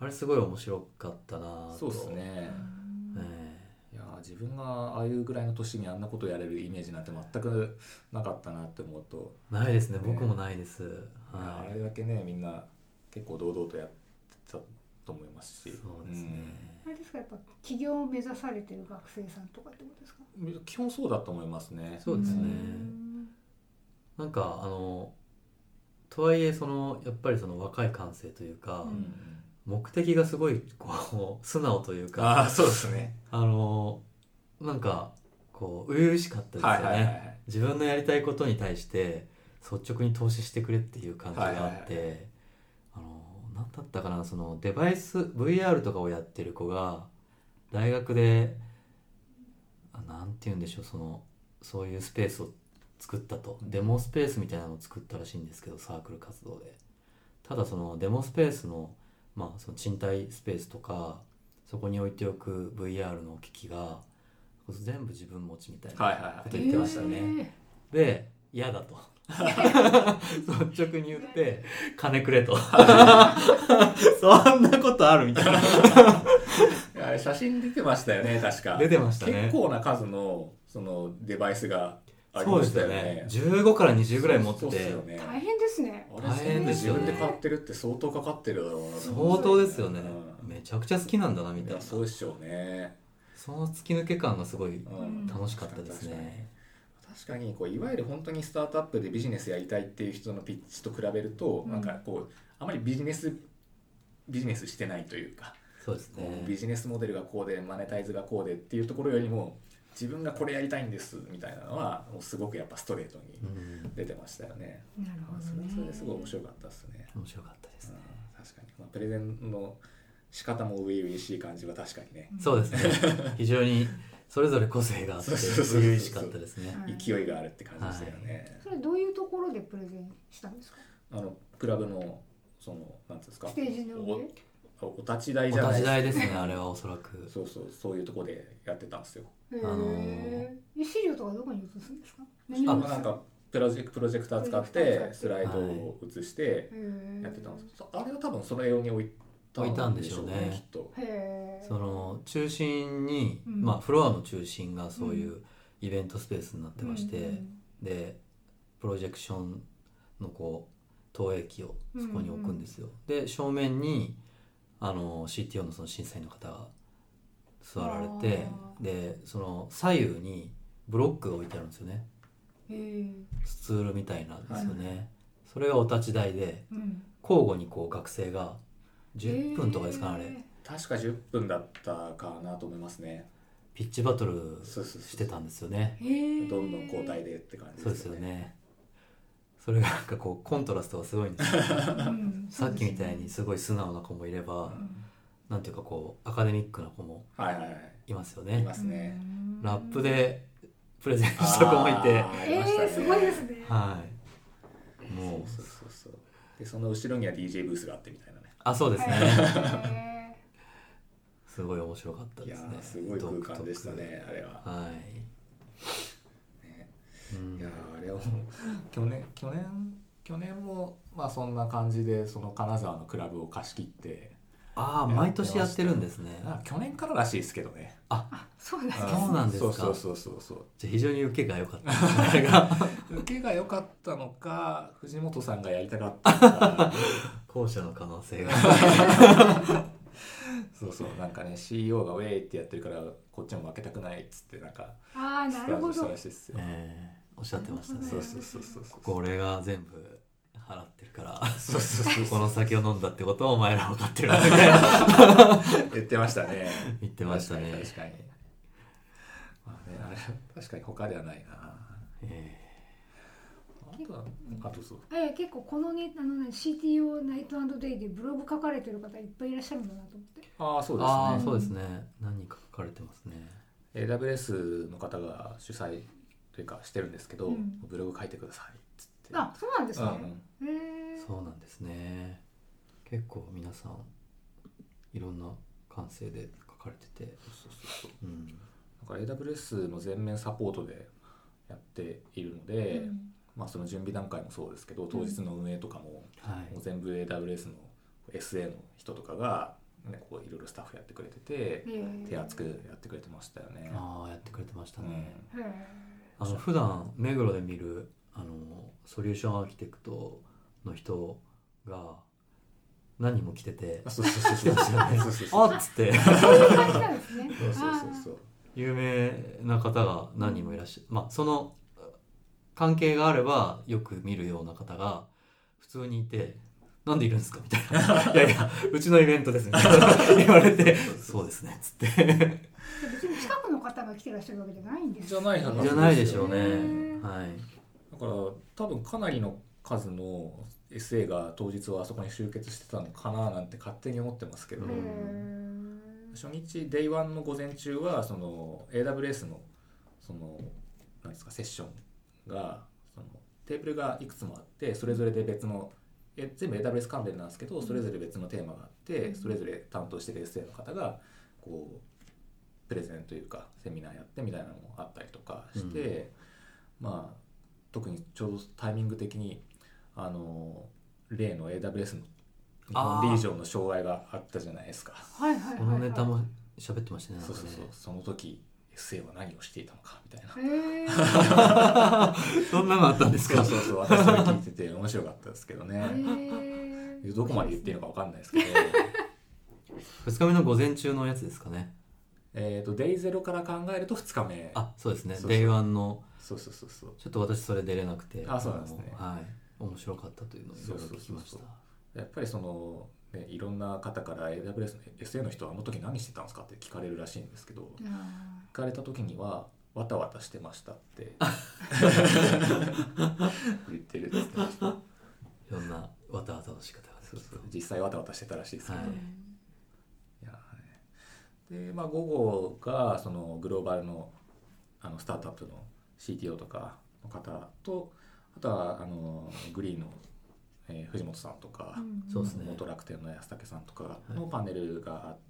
あれすごい面白かったなと。 そうですね、 えいや自分がああいうぐらいの年にあんなことやれるイメージなんて全くなかったなって思うと、 ーないですね、 ね僕もないです。 いやはあれだけねみんな結構堂々とやってたと思いますし、 い、そうですね、 あれですか、やっぱ起業を目指されてる学生さんとかってことですか？ うん基本そうだと思いますね。 そうですね、 うんなんかあのとはいえそのやっぱりその若い感性というか、 ううんん目的がすごいこう素直というあか、 あそうですね、 あのなんかこう初々しかったですよね、 はいはいはいはい自分のやりたいことに対して率直に投資してくれっていう感じがあって、 はいはいはあの何だったかな、そのデバイス ブイアール とかをやってる子が大学であなんて言うんでしょう、そのそういうスペースを作ったと、デモスペースみたいなのを作ったらしいんですけど、サークル活動で。ただそのデモスペースの、まあ、その賃貸スペースとかそこに置いておく ブイアール の機器が全部自分持ちみたいなはいはいはいこと言ってましたね、 えで嫌だと率直に言って金くれとそんなことあるみたいないやあれ写真出てましたよね確か。 出てましたね。 結構な数のそのデバイスがありそうでましたよすよねね。 じゅうごからにじゅうぐらい持ってそうっすてよねー、大変ですね。 あれ大変ですよね自分で買ってるって相当かかってるだろうな。 相当ですよね、 うんめちゃくちゃ好きなんだなみたいな、 いやそうでしょうね。 その突き抜け感がすごいうん楽しかったですね。 確かにこういわゆる本当にスタートアップでビジネスやりたいっていう人のピッチと比べると、 うんなんかこうあまりビジネスビジネスしてないというか、 そうですねこうビジネスモデルがこうでマネタイズがこうでっていうところよりも自分がこれやりたいんですみたいなのはもうすごくやっぱストレートにうん出てましたよね。 なるほどね。 それはそれですごい面白かったですね。 面白かったですね、 うん確かに、まあ、プレゼンの仕方も初々しい感じは確かにね、 そうですね非常にそれぞれ個性があってそうそうそうそう初々しかったですね。 はい勢いがあるって感じでしたよね。 それどういうところでプレゼンしたんですか？ あのクラブのそのなんていうんですか、 ステージの上？ おお立ち台おじゃない立ち台ですねあれはおそらく。 そうそうそういうところでやってたんですよ。 へあのえ。え資料とかどこに移すんですか？ あ何を移すなんかプロジェクプロジェクター使っプロジェクター使っててスライドを映してへえやってたんです。そあれは多分それ用に置いた置いたんでしょうねきっと。 へえ。 その中心に、 うんまあフロアの中心がそういうイベントスペースになってまして、 うんうんでプロジェクションのこう投影機をそこに置くんですよ、で正面にあの シーティーオー のその審査員の方が座られて、 あでその左右にブロックが置いてあるんですよね、 へえ。 スツールみたいなんですよね、それがお立ち台でうん。 交互にこう学生がじゅっぷんとかですかね、あれ確かじゅっぷんだったかなと思いますね。 ピッチバトルそうそうそうしてたんですよね。 へえ。 どんどん交代でって感じそうですよね。それがなんかこうコントラストがすごいんですようんさっきみたいにすごい素直な子もいれば、 うんなんていうかこうアカデミックな子もはいはいはいいますよいねま。すね。 うんラップでプレゼンした子もいて、 あーありましたねえー、すごいですね。 はい。もうそうそうそうそうでその後ろには ディージェー ブースがあってみたいなね。 あそうですね。 へすごい面白かったいやですね。 ーすごい空間でしたねあれは。 独特。はい。 ねうんいやーあれはもう去年去年去年もまあそんな感じでその金沢のクラブを貸し切ってああ毎年やってるんですね。 あ去年かららしいですけどね。 ーあ、そうなんですそうか。 なんですか。 そうそうそうそうじゃあ非常に受けが良かったですねあれがそう受けが良かったのか藤本さんがやりたかったのか後者の可能性がそうそうなんかね シーイーオー がウェイってやってるからこっちも負けたくないっつってなんかああ、なるほどスタートした。らしいですよ。 えーおっしゃってましたね。 そうそうそうそうそうここ俺が全部払ってるからそうそうそうこの酒を飲んだってことをお前ら分かってるなみたいな言ってましたね。 言ってましたね。 確かに確かに。まあねあれ確かに他ではないな。 えあとはあとそう。 えー、結構このね、あのね シーティーオー ナイト&デイでブログ書かれてる方いっぱいいらっしゃるんだなと思って。 ああそうーああですね。 そうですね。何人か書かれてますね。 エーダブリューエス の方が主催というかしてるんですけど、 うんブログ書いてくださいっつって。 あ、そうなんですね。 うんへえ。 そうなんですね。結構皆さんいろんな感性で書かれてて、 そうそうそう。 うん、 なんか エーダブリューエス の全面サポートでやっているので、 うんまあその準備段階もそうですけど当日の運営とかも、 はいもう全部 エーダブリューエス の エスエー の人とかがね、こういろいろスタッフやってくれてて、手厚くやってくれてましたよね。 ああやってくれてましたね、 へーあの普段目黒で見るあのソリューションアーキテクトの人が何人も来ててあそうそうそうそうそうそうそうあっつってそういう感じなんですね。 そうそうそうそう有名な方が何人もいらっしゃる、まあその関係があればよく見るような方が普通にいて、なんでいるんですかみたいないやいやうちのイベントですみたいな言われてそうですねっつって別に近くの方が来てらっしゃるわけじゃないんですじゃないはずじゃないでしょうね。 へーはい。 だから多分かなりの数の エスエー が当日はあそこに集結してたのかななんて勝手に思ってますけど、 へー初日デイワンの午前中はその エーダブリューエス のその何ですかセッションがそのテーブルがいくつもあってそれぞれで別のえ全部 エーダブリューエス 関連なんですけどそれぞれ別のテーマがあってそれぞれ担当している エスエー の方がこうプレゼンというかセミナーやってみたいなのもあったりとかして、うん、まあ特にちょうどタイミング的にあの例の エーダブリューエス の日本リージョンの障害があったじゃないですか。 はいはいはいはい、 このネタも喋ってましたね。 そうそうそう、その時 エスエー は何をしていたのかみたいな。 へーそんなのあったんですか。 そうそうそう、私それ聞いてて面白かったですけどね。 へーどこまで言っていいのか分かんないですけど。 ふつかめの午前中のやつですかね。 えっとデイゼロから考えるとふつかめ。 あ、そうですね。 そうそうデイワンのそうそうそうそう。 ちょっと私それ出れなくて、 あ、そうなんですね。 はい、面白かったというのをいろいろ聞きました。 そうそうそうそうやっぱりその、ね、いろんな方から エーダブリューエス の エスエー の人はあの時何してたんですかって聞かれるらしいんですけど、 あ聞かれた時にはわたわたしてましたって言ってるって言ってました。 いろんなわたわたの仕方がそうそう実際わたわたしてたらしいですけど、 はいいやで、まあ、午後がそのグローバルの、あのスタートアップの シーティーオー とかの方とあとはあのグリーンの、えー藤本さんとか、 うんそうですね元楽天の安武さんとかのパネルがあって、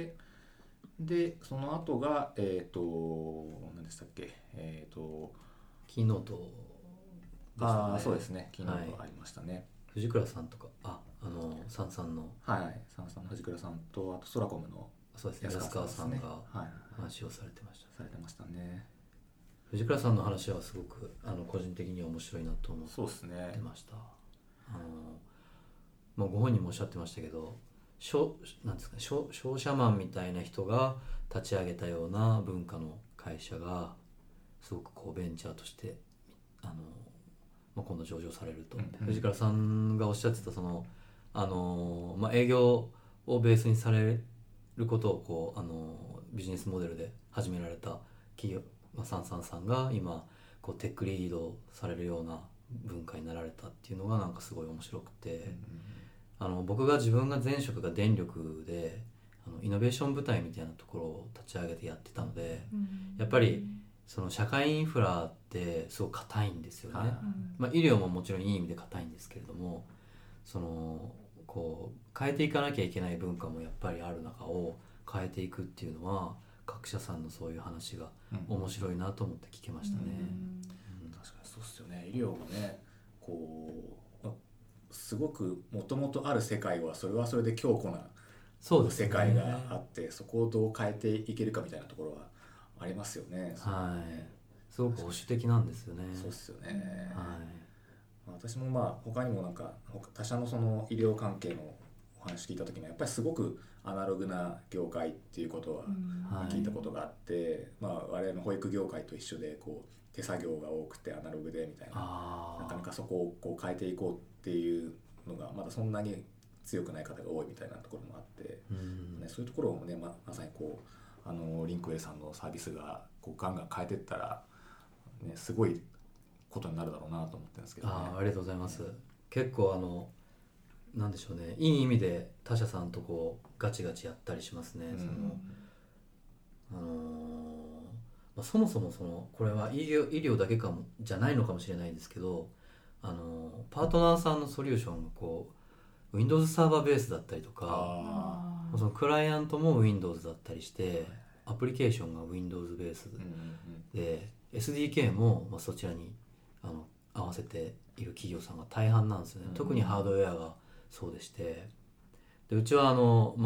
でその後がえっ、ー、と何でしたっけえっ、ー、とキーノートでしたね。 ああそうですね昨日がありましたね、 藤倉さんとかああのサンさんのはいはいサンさんの藤倉さんとあとソラコムのそうですね安川さんが話をされてました、 されてましたね。 藤倉さんの話はすごくあの個人的には面白いなと思ってそうですね。 ました。あのまあ、ご本人もおっしゃってましたけど商なんですかね、商商社マンみたいな人が立ち上げたような文化の会社がすごくこうベンチャーとしてあの、まあ、今度上場されると、 うんうん藤倉さんがおっしゃってたそのあの、まあ、営業をベースにされることをこうあのビジネスモデルで始められた企業、まあ、サンサンさんが今こうテックリードされるような文化になられたっていうのがなんかすごい面白くて、 うんうんあの僕が自分が前職が電力であのイノベーション部隊みたいなところを立ち上げてやってたので、 うんやっぱりその社会インフラってすごく硬いんですよね、 はいうんまあ、医療ももちろんいい意味で硬いんですけれどもそのこう変えていかなきゃいけない文化もやっぱりある中を変えていくっていうのは各社さんのそういう話がうん面白いなと思って聞けましたね、 うん確かにそうっすよね。医療がねこう、まあ、すごくもともとある世界はそれはそれで強固なそうですね世界があってそこをどう変えていけるかみたいなところはありますよね。 はいすごく保守的なんですよね。 そうっすよね。 はい私もまあ他にもなんか他他社のその医療関係のお話聞いた時にはやっぱりすごくアナログな業界っていうことはうんはい聞いたことがあって、まあ我々の保育業界と一緒でこう手作業が多くてアナログでみたいなあなかなかそこをこう変えていこうっていうのがまだそんなに強くない方が多いみたいなところもあって、 うんね、そういうところもね ま, まさにこうあのリンクウェイさんのサービスがこうガンガン変えていったら、ね、すごいことになるだろうなと思ってるんですけどね。 ああありがとうございます。結構あのなんでしょうねいい意味で他社さんとこうガチガチやったりしますね。 うんそのあのーまあ、そもそもそのこれは医療、医療だけかもじゃないのかもしれないですけど、あのーパートナーさんのソリューションがこう Windows サーバーベースだったりとかああそのクライアントも Windows だったりしてアプリケーションが Windows ベースーうんうんで エスディーケー もまあそちらにあの合わせている企業さんが大半なんですよね、 うん特にハードウェアがそうでしてでうちはあの、まあ、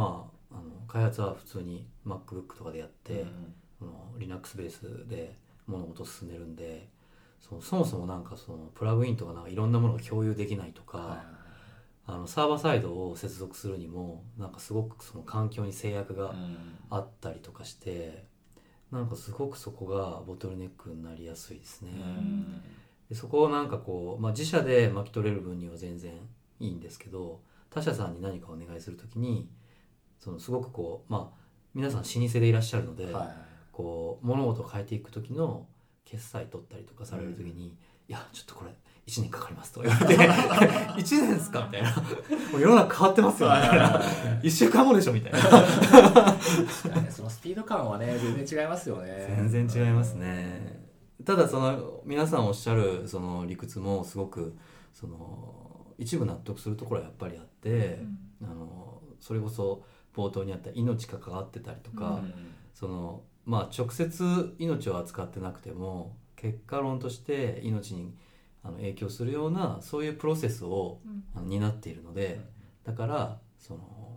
あの開発は普通に MacBook とかでやって、 うん、 あの Linux ベースで物事を進めるんで、そのそもそもなんかそのプラグインとかなんかいろんなものが共有できないとか、はいはいはい、あのサーバーサイドを接続するにもなんかすごくその環境に制約があったりとかして、うん、なんかすごくそこがボトルネックになりやすいですね、うん、でそこをなんかこう、まあ、自社で巻き取れる分には全然いいんですけど、他社さんに何かお願いするときにそのすごくこう、まあ、皆さん老舗でいらっしゃるので、はいはい、こう物事を変えていく時の決済取ったりとかされる時に、うん、いやちょっとこれいちねんかかりますと言われていちねんですかみたいな、もう世の中変わってますよみたいないっしゅうかんごでしょみたいなそのスピード感はね全然違いますよね。 全然違いますね。ただその皆さんおっしゃるその理屈もすごくその一部納得するところはやっぱりあって、うん、あのそれこそ冒頭にあった命が関わってたりとか、うん、そのまあ直接命を扱ってなくても結果論として命にあの影響するようなそういうプロセスを、うん、あの担っているので、だからその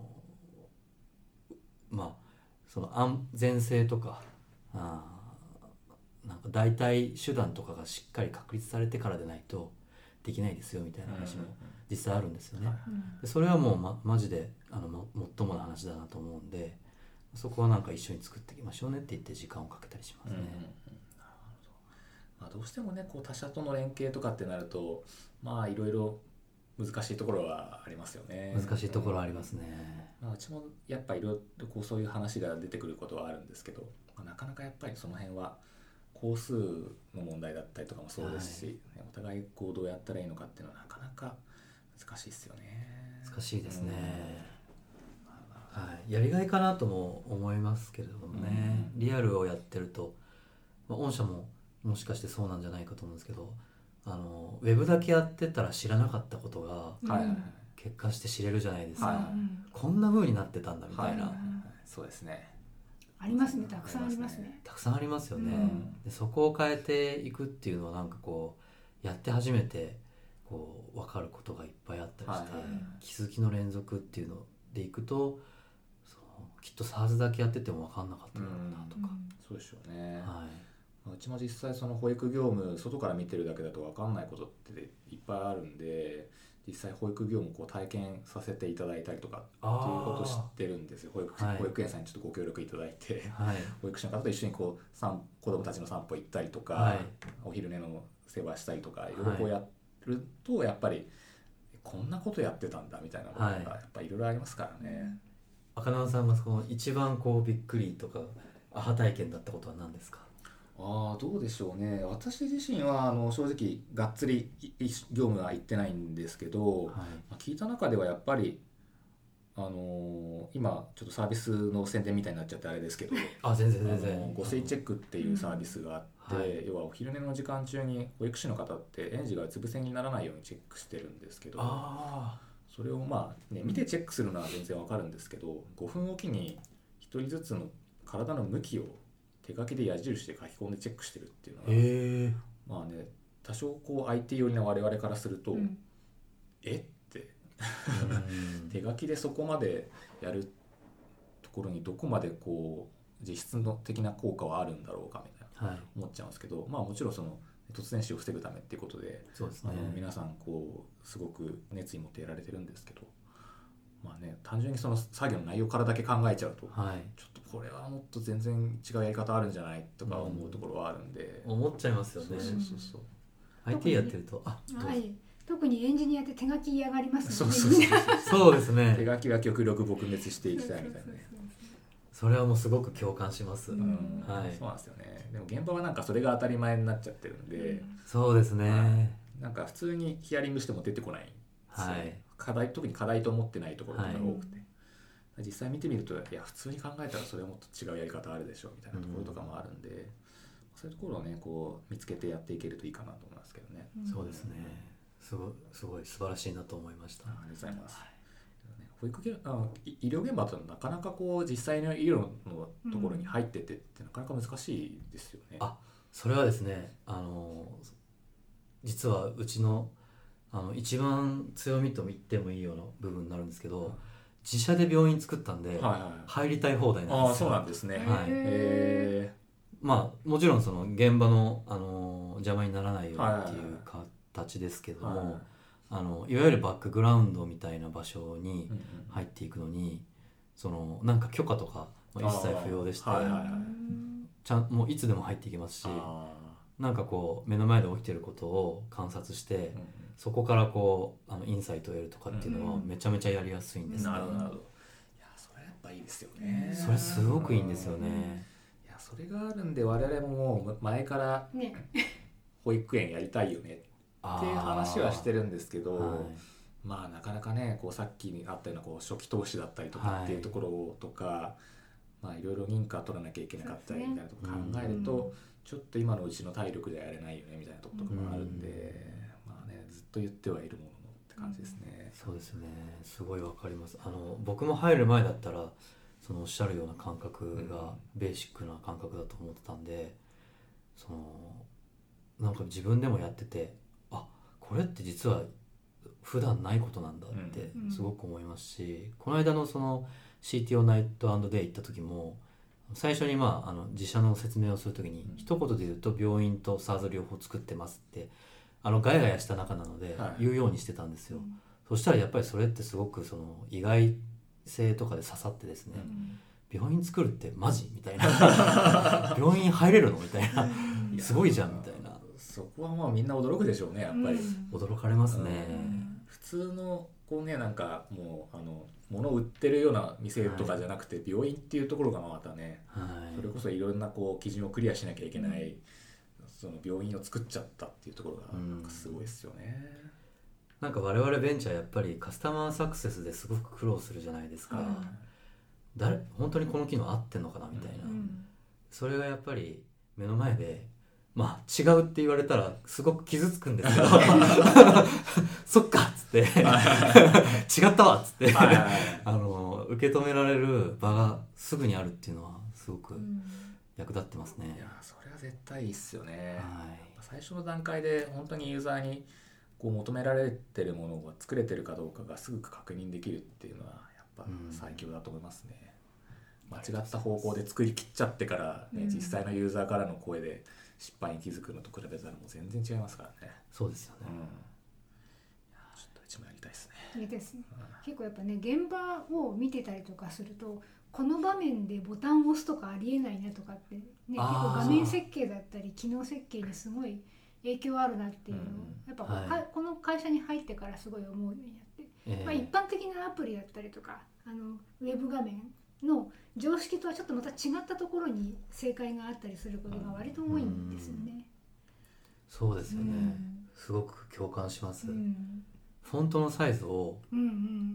まあその安全性とかあなんか代替手段とかがしっかり確立されてからでないとできないですよみたいな話も実際あるんですよね、うん、でそれはもう、ま、マジであのもっともな話だなと思うんで、そこはなんか一緒に作っていきましょうねって言って時間をかけたりしますね、うんうんうん、なるほど。まあ、どうしてもねこう他社との連携とかってなるとまあいろいろ難しいところはありますよね。 難しいところはありますね、 うんまあ、うちもやっぱりいろいろこうそういう話が出てくることはあるんですけど、まあ、なかなかやっぱりその辺は工数の問題だったりとかもそうですし、はい、お互いこうどうやったらいいのかっていうのはなかなか難しいですよね。 難しいですね、うんはい、やりがいかなとも思いますけれどもね、うん、リアルをやってると、まあ、御社ももしかしてそうなんじゃないかと思うんですけど、あのウェブだけやってたら知らなかったことが、うん、結果して知れるじゃないですか、はい、こんな風になってたんだみたいな、はい、 そうですね、 ありますね、たくさんありますね。 たくさんありますよね、うん、でそこを変えていくっていうのはなんかこうやって初めてこう分かることがいっぱいあったりして、はいはいはい、気づきの連続っていうのでいくとそのきっと SARS だけやってても分かんなかっただろうなとか、うん、 そうでしょうね、はい、うちも実際その保育業務外から見てるだけだと分かんないことっていっぱいあるんで、実際保育業務こう体験させていただいたりとかっていうことを知ってるんですよ。保育、はい、保育園さんにちょっとご協力いただいて、はい、保育士の方と一緒にこう子どもたちの散歩行ったりとか、はい、お昼寝の世話したりとかいろいろこうやるとやっぱりこんなことやってたんだみたいなことがやっぱりいろいろありますからね。 赤縄さんがその一番こうびっくりとかアハ体験だったことは何ですか？ あどうでしょうね。私自身はあの正直がっつり業務は行ってないんですけど、はい、聞いた中ではやっぱりあのー、今ちょっとサービスの宣伝みたいになっちゃってあれですけどあ全然全然ごせいチェックっていうサービスがあって、うんはい、要はお昼寝の時間中に保育士の方って園児がうつ伏せにならないようにチェックしてるんですけど、あそれをまあ、ね、見てチェックするのは全然わかるんですけど、ごふんおきにひとりずつの体の向きを手書きで矢印で書き込んでチェックしてるっていうのは、えー、まあね多少こう アイティー 寄りな我々からすると、うん、えって手書きでそこまでやるところにどこまでこう実質の的な効果はあるんだろうかみたいな、はい、思っちゃうんですけど、まあもちろんその突然死を防ぐためっていうことで、そうですね、あの皆さんこうすごく熱意持ってやられてるんですけど、まあね、単純にその作業の内容からだけ考えちゃうと、はい、ちょっとこれはもっと全然違うやり方あるんじゃないとか思うところはあるんで、 うん、思っちゃいますよね。そうそうそうそう、 アイティー やってるとあはい、特にエンジニアって手書き嫌がりますね。そうそうそうそうですね。 手書きは極力撲滅していきたいみたいなね。 それはもうすごく共感します、うん、 はい、そうなんですよね。でも現場はなんかそれが当たり前になっちゃってるんで、うん、 そうですね、 はい、なんか普通にヒアリングしても出てこないんですよね、はい、課題特に課題と思ってないところが多くて、はい、実際見てみるといや普通に考えたらそれはもっと違うやり方あるでしょみたいなところとかもあるんで、うん、そういうところをねこう見つけてやっていけるといいかなと思いますけどね、 うん、そうですね、すごい、すごい素晴らしいなと思いました。 ありがとうございます、はい、保育現あ医療現場となかなかこう実際の医療のところに入っててってなかなか難しいですよね、 うん、あそれはですね、あの実はうちの、あの一番強みと言ってもいいような部分になるんですけど、 自社で病院作ったんで、 はいはい、 入りたい放題なんああですよ。 そうなんですね。 はいへまあもちろんその現場の、あの邪魔にならないようにっていう形ですけども、 はいはいあのいわゆるバックグラウンドみたいな場所にうんうん入っていくのに、そのなんか許可とか一切不要でして、 はいはいはいちゃんもういつでも入っていけますし、 あなんかこう目の前で起きてることを観察して、 ーうんそこからこうあのインサイトを得るとかっていうのはめちゃめちゃやりやすいんうんですね。 なるほどなるほど。いやそれやっぱいいですよね。 それすごくいいんですよね。 いやそれがあるんで我々ももう前からね保育園やりたいよねっていう話はしてるんですけど、 はいまあなかなかねこうさっきあったようなこう初期投資だったりとかっていうところとか、はい、まあいろいろ認可取らなきゃいけなかったりみたいなところ考えると、 うんちょっと今のうちの体力ではやれないよねみたいなところとかもあるんで、うん、まあねずっと言ってはいるもののって感じですね。 そうですね、すごいわかります。あの僕も入る前だったらそのおっしゃるような感覚がベーシックな感覚だと思ってたんで、そのなんか自分でもやってて、あこれって実は普段ないことなんだってすごく思いますし、うん、この間のその シーティーオー ナイト&デイ行った時も最初に、まあ、あの自社の説明をする時に、うん、一言で言うと病院と SARS 両方作ってますってあのガヤガヤした中なので言うようにしてたんですよ、はい、そしたらやっぱりそれってすごくその意外性とかで刺さってですね、うん、病院作るってマジみたいな病院入れるのみたいなすごいじゃんみたいな、 そこはまあみんな驚くでしょうねやっぱり、 うん、驚かれますね、 うん、普通のこうねなんかもうあの物を売ってるような店とかじゃなくて、はい、病院っていうところがまたね、はい、それこそいろんなこう基準をクリアしなきゃいけない、うん、その病院を作っちゃったっていうところがなんかすごいですよね、うん、 なんか我々ベンチャーやっぱりカスタマーサクセスですごく苦労するじゃないですか、うん、誰本当にこの機能合ってんのかなみたいな、うん、それがやっぱり目の前でまあ違うって言われたらすごく傷つくんですけどそっかっつって違ったわっつってあの受け止められる場がすぐにあるっていうのはすごく役立ってますね、 いやそれは絶対いいっすよね、 はい、 最初の段階で本当にユーザーにこう求められてるものが作れてるかどうかがすぐ確認できるっていうのはやっぱ最強だと思いますね、うん、間違った方向で作りきっちゃってから、ね、うん、実際のユーザーからの声で失敗に気づくのと比べたらもう全然違いますからね。 そうですよね、 うん、いやちょっと一枚やりたいですね。 いいですね、うん、結構やっぱね現場を見てたりとかするとこの場面でボタンを押すとかありえないなとかってね結構画面設計だったり機能設計にすごい影響あるなっていうのを、うん、やっぱ、はい、この会社に入ってからすごい思うようになって、えーまあ、一般的なアプリだったりとかあのウェブ画面の常識とはちょっとまた違ったところに正解があったりすることが割と多いんですよね、うん、 そうですよね、うん、すごく共感します、うん、フォントのサイズを、うんうん、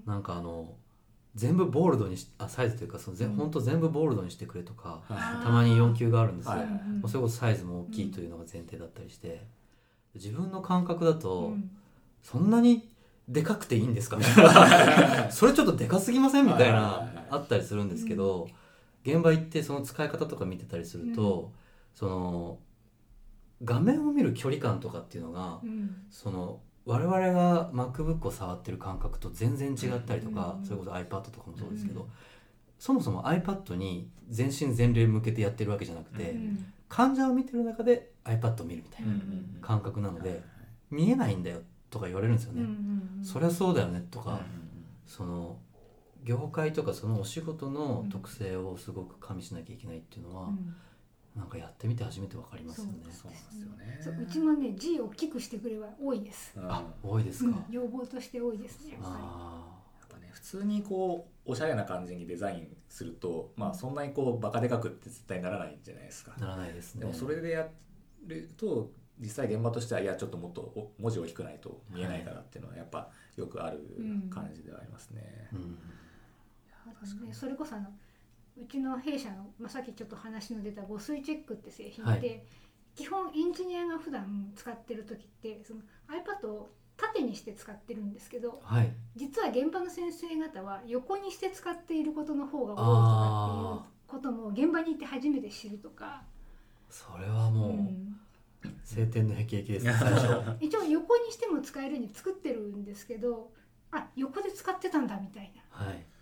なんかあの全部ボールドにしあサイズというかそのぜ、うん、フォント全部ボールドにしてくれとか、たまに要求があるんですよ、はい、それこそサイズも大きいというのが前提だったりして、自分の感覚だと、そんなにでかくていいんですかみたいなそれちょっとでかすぎませんみたいなあったりするんですけど、うん、現場行ってその使い方とか見てたりすると、うん、その画面を見る距離感とかっていうのが、うん、その我々が MacBook を触ってる感覚と全然違ったりとか、うん、それこそ iPad とかもそうですけど、うん、そもそも iPad に全身全霊向けてやってるわけじゃなくて、うん、患者を見てる中で iPad を見るみたいな感覚なので、うん、見えないんだよとか言われるんですよね、うんうんうん、そりゃそうだよねとか、うんうん、その業界とかそのお仕事の特性をすごく加味しなきゃいけないっていうのは、うん、なんかやってみて初めて分かりますよね。 そうなんですよね。 そううちもね G を大きくしてくれは多いです。 あ、多いですか、 うん、要望として多いですね。やっぱり。 あやっぱね普通にこうおしゃれな感じにデザインすると、まあそんなにこうバカでかくって絶対ならないんじゃないですか。 ならないですね。 でもそれでやると実際現場としてはいやちょっともっと文字を大きくないと見えないからっていうのはやっぱよくある感じではありますね。うんうん、いやねそれこそあのうちの弊社の、まあ、さっきちょっと話の出た誤水チェックって製品で、はい、基本エンジニアが普段使ってる時ってその iPad を縦にして使ってるんですけど、はい、実は現場の先生方は横にして使っていることの方が多いとかっていうことも現場に行って初めて知るとか。 それはもう、うん晴天の霹靂ですね最初一応横にしても使えるように作ってるんですけど、あ横で使ってたんだみたいな、 はい、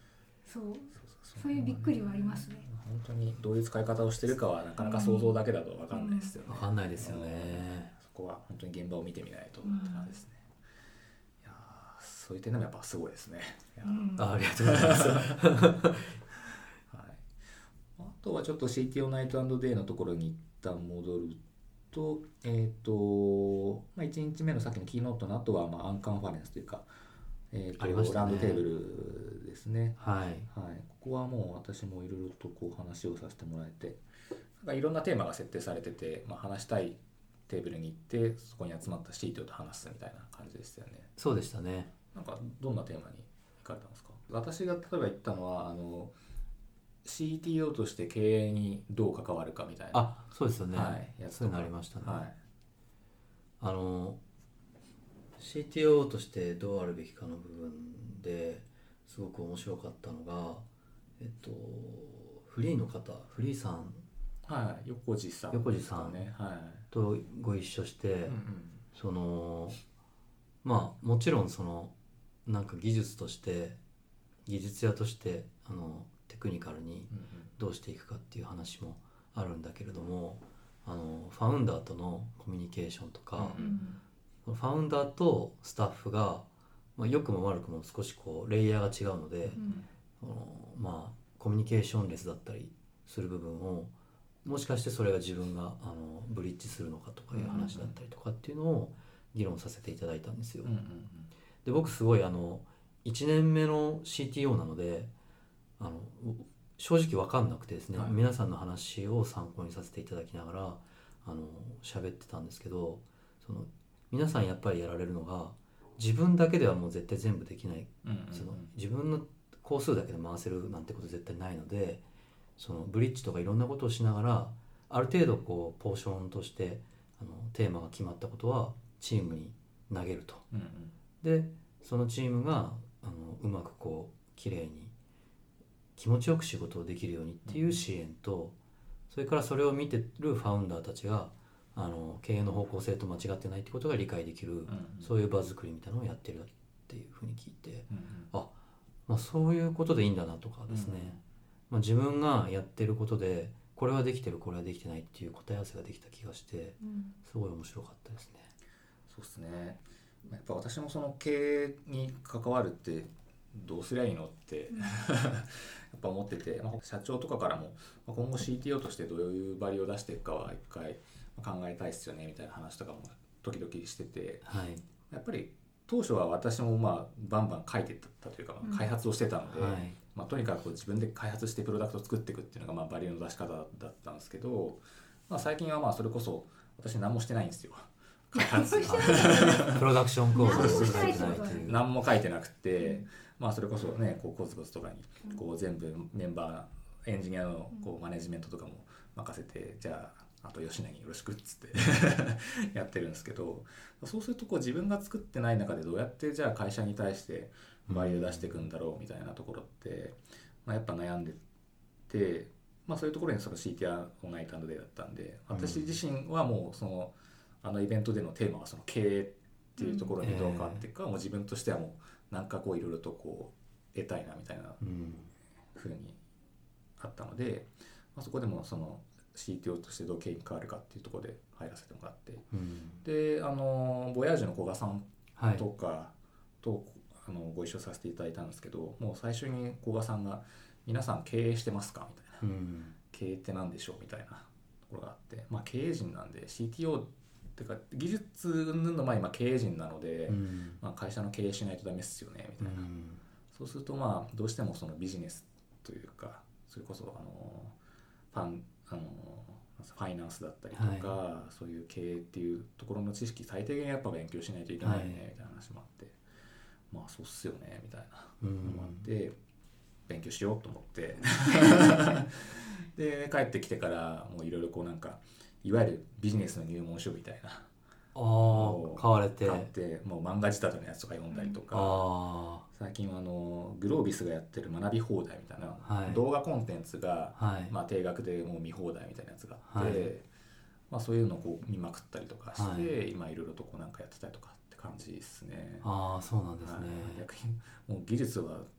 そうそういうびっくりはありますね。 本当にどういう使い方をしてるかはなかなか想像だけだと分かんないですよね。 分かんないですよね。 そこは本当に現場を見てみないとって感じですね。いやそういう点でもやっぱすごいですね。いや、うん、 あ, ありがとうございます。はい、 あとはちょっと シーティーオー ナイト&デイのところに一旦戻ると、えっ、ー、と、まあ、いちにちめのさっきのキーノートの後はまあアンカンファレンスというか、えーとね、ラウンドテーブルですね。 はい、 はい、ここはもう私もいろいろとこう話をさせてもらえて、なんかいろんなテーマが設定されてて、まあ、話したいテーブルに行ってそこに集まった シーティーオー と話すみたいな感じでしたよね。 そうでしたね。 なんかどんなテーマに行かれたんですか？私が例えば言ったのはあの シーティーオー として経営にどう関わるかみたいな。 あ、そうですよね。 はい、やつとかそういうのありましたね。 はい、 あの シーティーオー としてどうあるべきかの部分ですごく面白かったのが、えっとフリーの方、フリーさん、 はい、横地さん、 横地さんとご一緒して、はい、そのまあもちろんそのなんか技術として技術屋としてあのテクニカルにどうしていくかっていう話もあるんだけれども、あのファウンダーとのコミュニケーションとか、うん、ファウンダーとスタッフが、まあ、良くも悪くも少しこうレイヤーが違うので、うん、まあコミュニケーションレスだったりする部分をもしかしてそれが自分があのブリッジするのかとかいう話だったりとかっていうのを議論させていただいたんですよ。うんうんうん、で僕すごいあのいちねんめの シーティーオー なのであの正直分かんなくてですね、はい、皆さんの話を参考にさせていただきながらあの喋ってたんですけど、その皆さんやっぱりやられるのが自分だけではもう絶対全部できない、うんうんうん、その自分の工数だけで回せるなんてこと絶対ないので、そのブリッジとかいろんなことをしながらある程度こうポーションとしてあのテーマが決まったことはチームに投げると、うんうん、でそのチームがあのうまくこうきれいに気持ちよく仕事をできるようにっていう支援と、それからそれを見てるファウンダーたちがあの経営の方向性と間違ってないってことが理解できる、うんうん、そういう場作りみたいなのをやってるっていうふうに聞いて、うんうん、あ、まあ、そういうことでいいんだなとかですね、うんうん、まあ、自分がやってることでこれはできてるこれはできてないっていう答え合わせができた気がして、うん、すごい面白かったですね。 そうですね。やっぱ私もその経営に関わるってどうすりゃいいのって、うん、やっぱ思ってて、まあ、社長とかからも今後 シーティーオー としてどういうバリを出していくかは一回考えたいっすよねみたいな話とかも時々してて、はい、やっぱり当初は私もまあバンバン書いてたというか、まあ、開発をしてたので、うん、はい、まあ、とにかく自分で開発してプロダクトを作っていくっていうのがまあバリューの出し方だったんですけど、まあ、最近はまあそれこそ私何もしてないんですよ。開発プロダクションコードを書いてないっていう何も書いてなくて、うん、まあそれこそねこうコツコツとかにこう全部メンバーエンジニアのこうマネジメントとかも任せて、じゃああと吉永よろしくっつってやってるんですけど、そうするとこう自分が作ってない中でどうやってじゃあ会社に対してバリュー出していくんだろうみたいなところって、まあ、やっぱ悩んでて、まあ、そういうところにその シーティーオー ナイト&デイだったんで、私自身はもうそのあのイベントでのテーマはその経営っていうところにどう変わっていくか、もう自分としてはもうなんかこういろいろとこう得たいなみたいなふうにあったので、まあ、そこでもその シーティーオー としてどう経営に変わるかっていうところで入らせてもらって、うん、であのボヤージュの古賀さんとかと、はい、あのご一緒させていただいたんですけど、もう最初に古賀さんが皆さん経営してますかみたいな、うん、経営って何でしょうみたいなところがあって、まあ、経営陣なんで シーティーオー ってか技術の前今経営陣なので、うん、まあ、会社の経営しないとダメっすよねみたいな、うん、そうするとまあどうしてもそのビジネスというかそれこそあのファンあのファイナンスだったりとか、はい、そういう経営っていうところの知識最低限やっぱ勉強しないといけないよねみたいな話もあって、はい、まあそうっすよねみたいなのもあって、うん、勉強しようと思ってで帰ってきてからもういろいろこうなんかいわゆるビジネスの入門書みたいなあ買われて買ってもう漫画仕立てのやつとか読んだりとか、あ最近はあのグロービスがやってる学び放題みたいな、はい、動画コンテンツが、はい、まあ、定額でもう見放題みたいなやつがあって、はい、まあ、そういうのをこう見まくったりとかして、はい、今いろいろとこうなんかやってたりとかって感じですね。 ああそうなんですね。 逆にもう技術は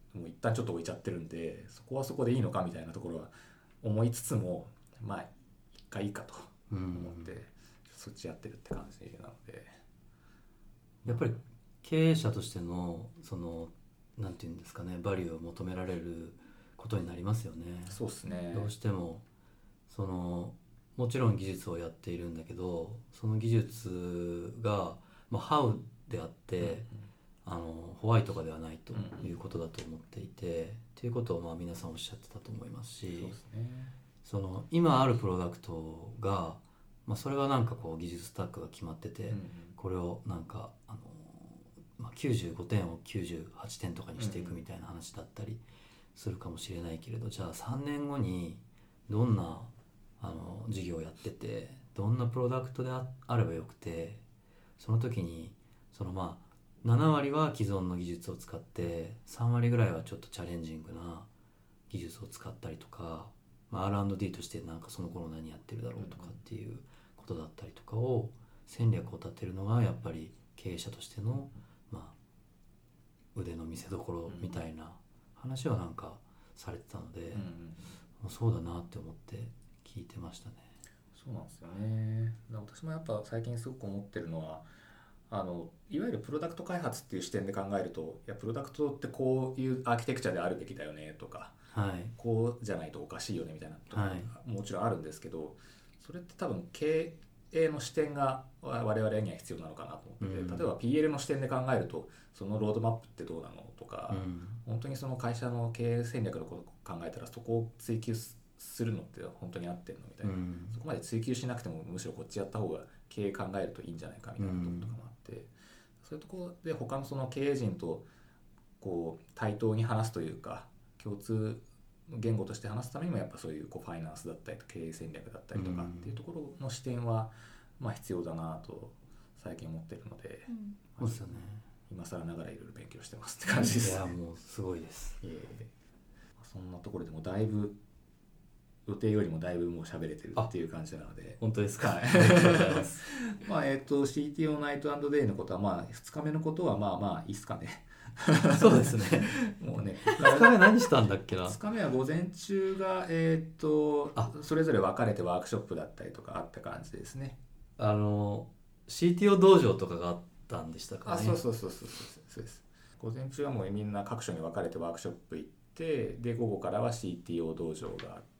もう一旦ちょっと置いちゃってるんで、そこはそこでいいのかみたいなところは思いつつも、まあ一回いいかと思って、うん、そっちやってるって感じなので、 やっぱり経営者としてのそのなんていうんですかね、バリューを求められることになりますよね。 そうですね。 どうしてもそのもちろん技術をやっているんだけど、その技術が、まあ、How であって、うんうん、あのホワイトかではないということだと思っていて、うんうん、っていうことをまあ皆さんおっしゃってたと思いますし、 そうですね、 その今あるプロダクトが、まあ、それはなんかこう技術スタックが決まってて、うんうん、これをなんかあの、まあ、きゅうじゅうごてんをきゅうじゅうはちてんとかにしていくみたいな話だったりするかもしれないけれど、じゃあさんねんごにどんなあの事業をやってて、どんなプロダクトで あ, あればよくて、その時にそのまあななわりは既存の技術を使って、さんわりぐらいはちょっとチャレンジングな技術を使ったりとか、まあ、アールアンドディー としてなんかその頃何やってるだろうとかっていうことだったりとかを戦略を立てるのがやっぱり経営者としての、まあ、腕の見せ所みたいな話はなんかされてたので、もうそうだなって思って聞いてましたね。 そうなんですよね。私もやっぱ最近すごく思ってるのは、あのいわゆるプロダクト開発っていう視点で考えると、いやプロダクトってこういうアーキテクチャであるべきだよねとか、 はい、 こうじゃないとおかしいよねみたいなとか、はい、もちろんあるんですけど、それって多分経営の視点が我々には必要なのかなと思ってて、うん、例えば ピーエル の視点で考えると、そのロードマップってどうなのとか、うん、本当にその会社の経営戦略のことを考えたらそこを追求するのって本当に合ってるのみたいな、うん、そこまで追求しなくてもむしろこっちやった方が経営考えるといいんじゃないかみたいなところとかもあって、うん、そういうところで他のその経営陣とこう対等に話すというか、共通言語として話すためにもやっぱそういうこうファイナンスだったりと経営戦略だったりとかっていうところの視点はまあ必要だなと最近思ってるので、 うん、そうですよね。 今更ながらいろいろ勉強してますって感じです。 いやもうすごいです。 えー、そんなところでもだいぶ予定よりもだいぶもう喋れてるっていう感じなので。 本当ですか。 はい、まあえっ、ー、と シーティーオー ナイト&デイのことはまあふつかめのことはまあまあいいっすかね。 そうですね。 もうね、 ふつかめ何したんだっけな。 ふつかめは午前中がえっ、ー、とそれぞれ分かれてワークショップだったりとかあった感じですね。 あの シーティーオー 道場とかがあったんでしたかね。 あ、そうそうそうそうそうです。午前中はもうみんな各所に分かれてワークショップ行って、で午後からは シーティーオー 道場があって、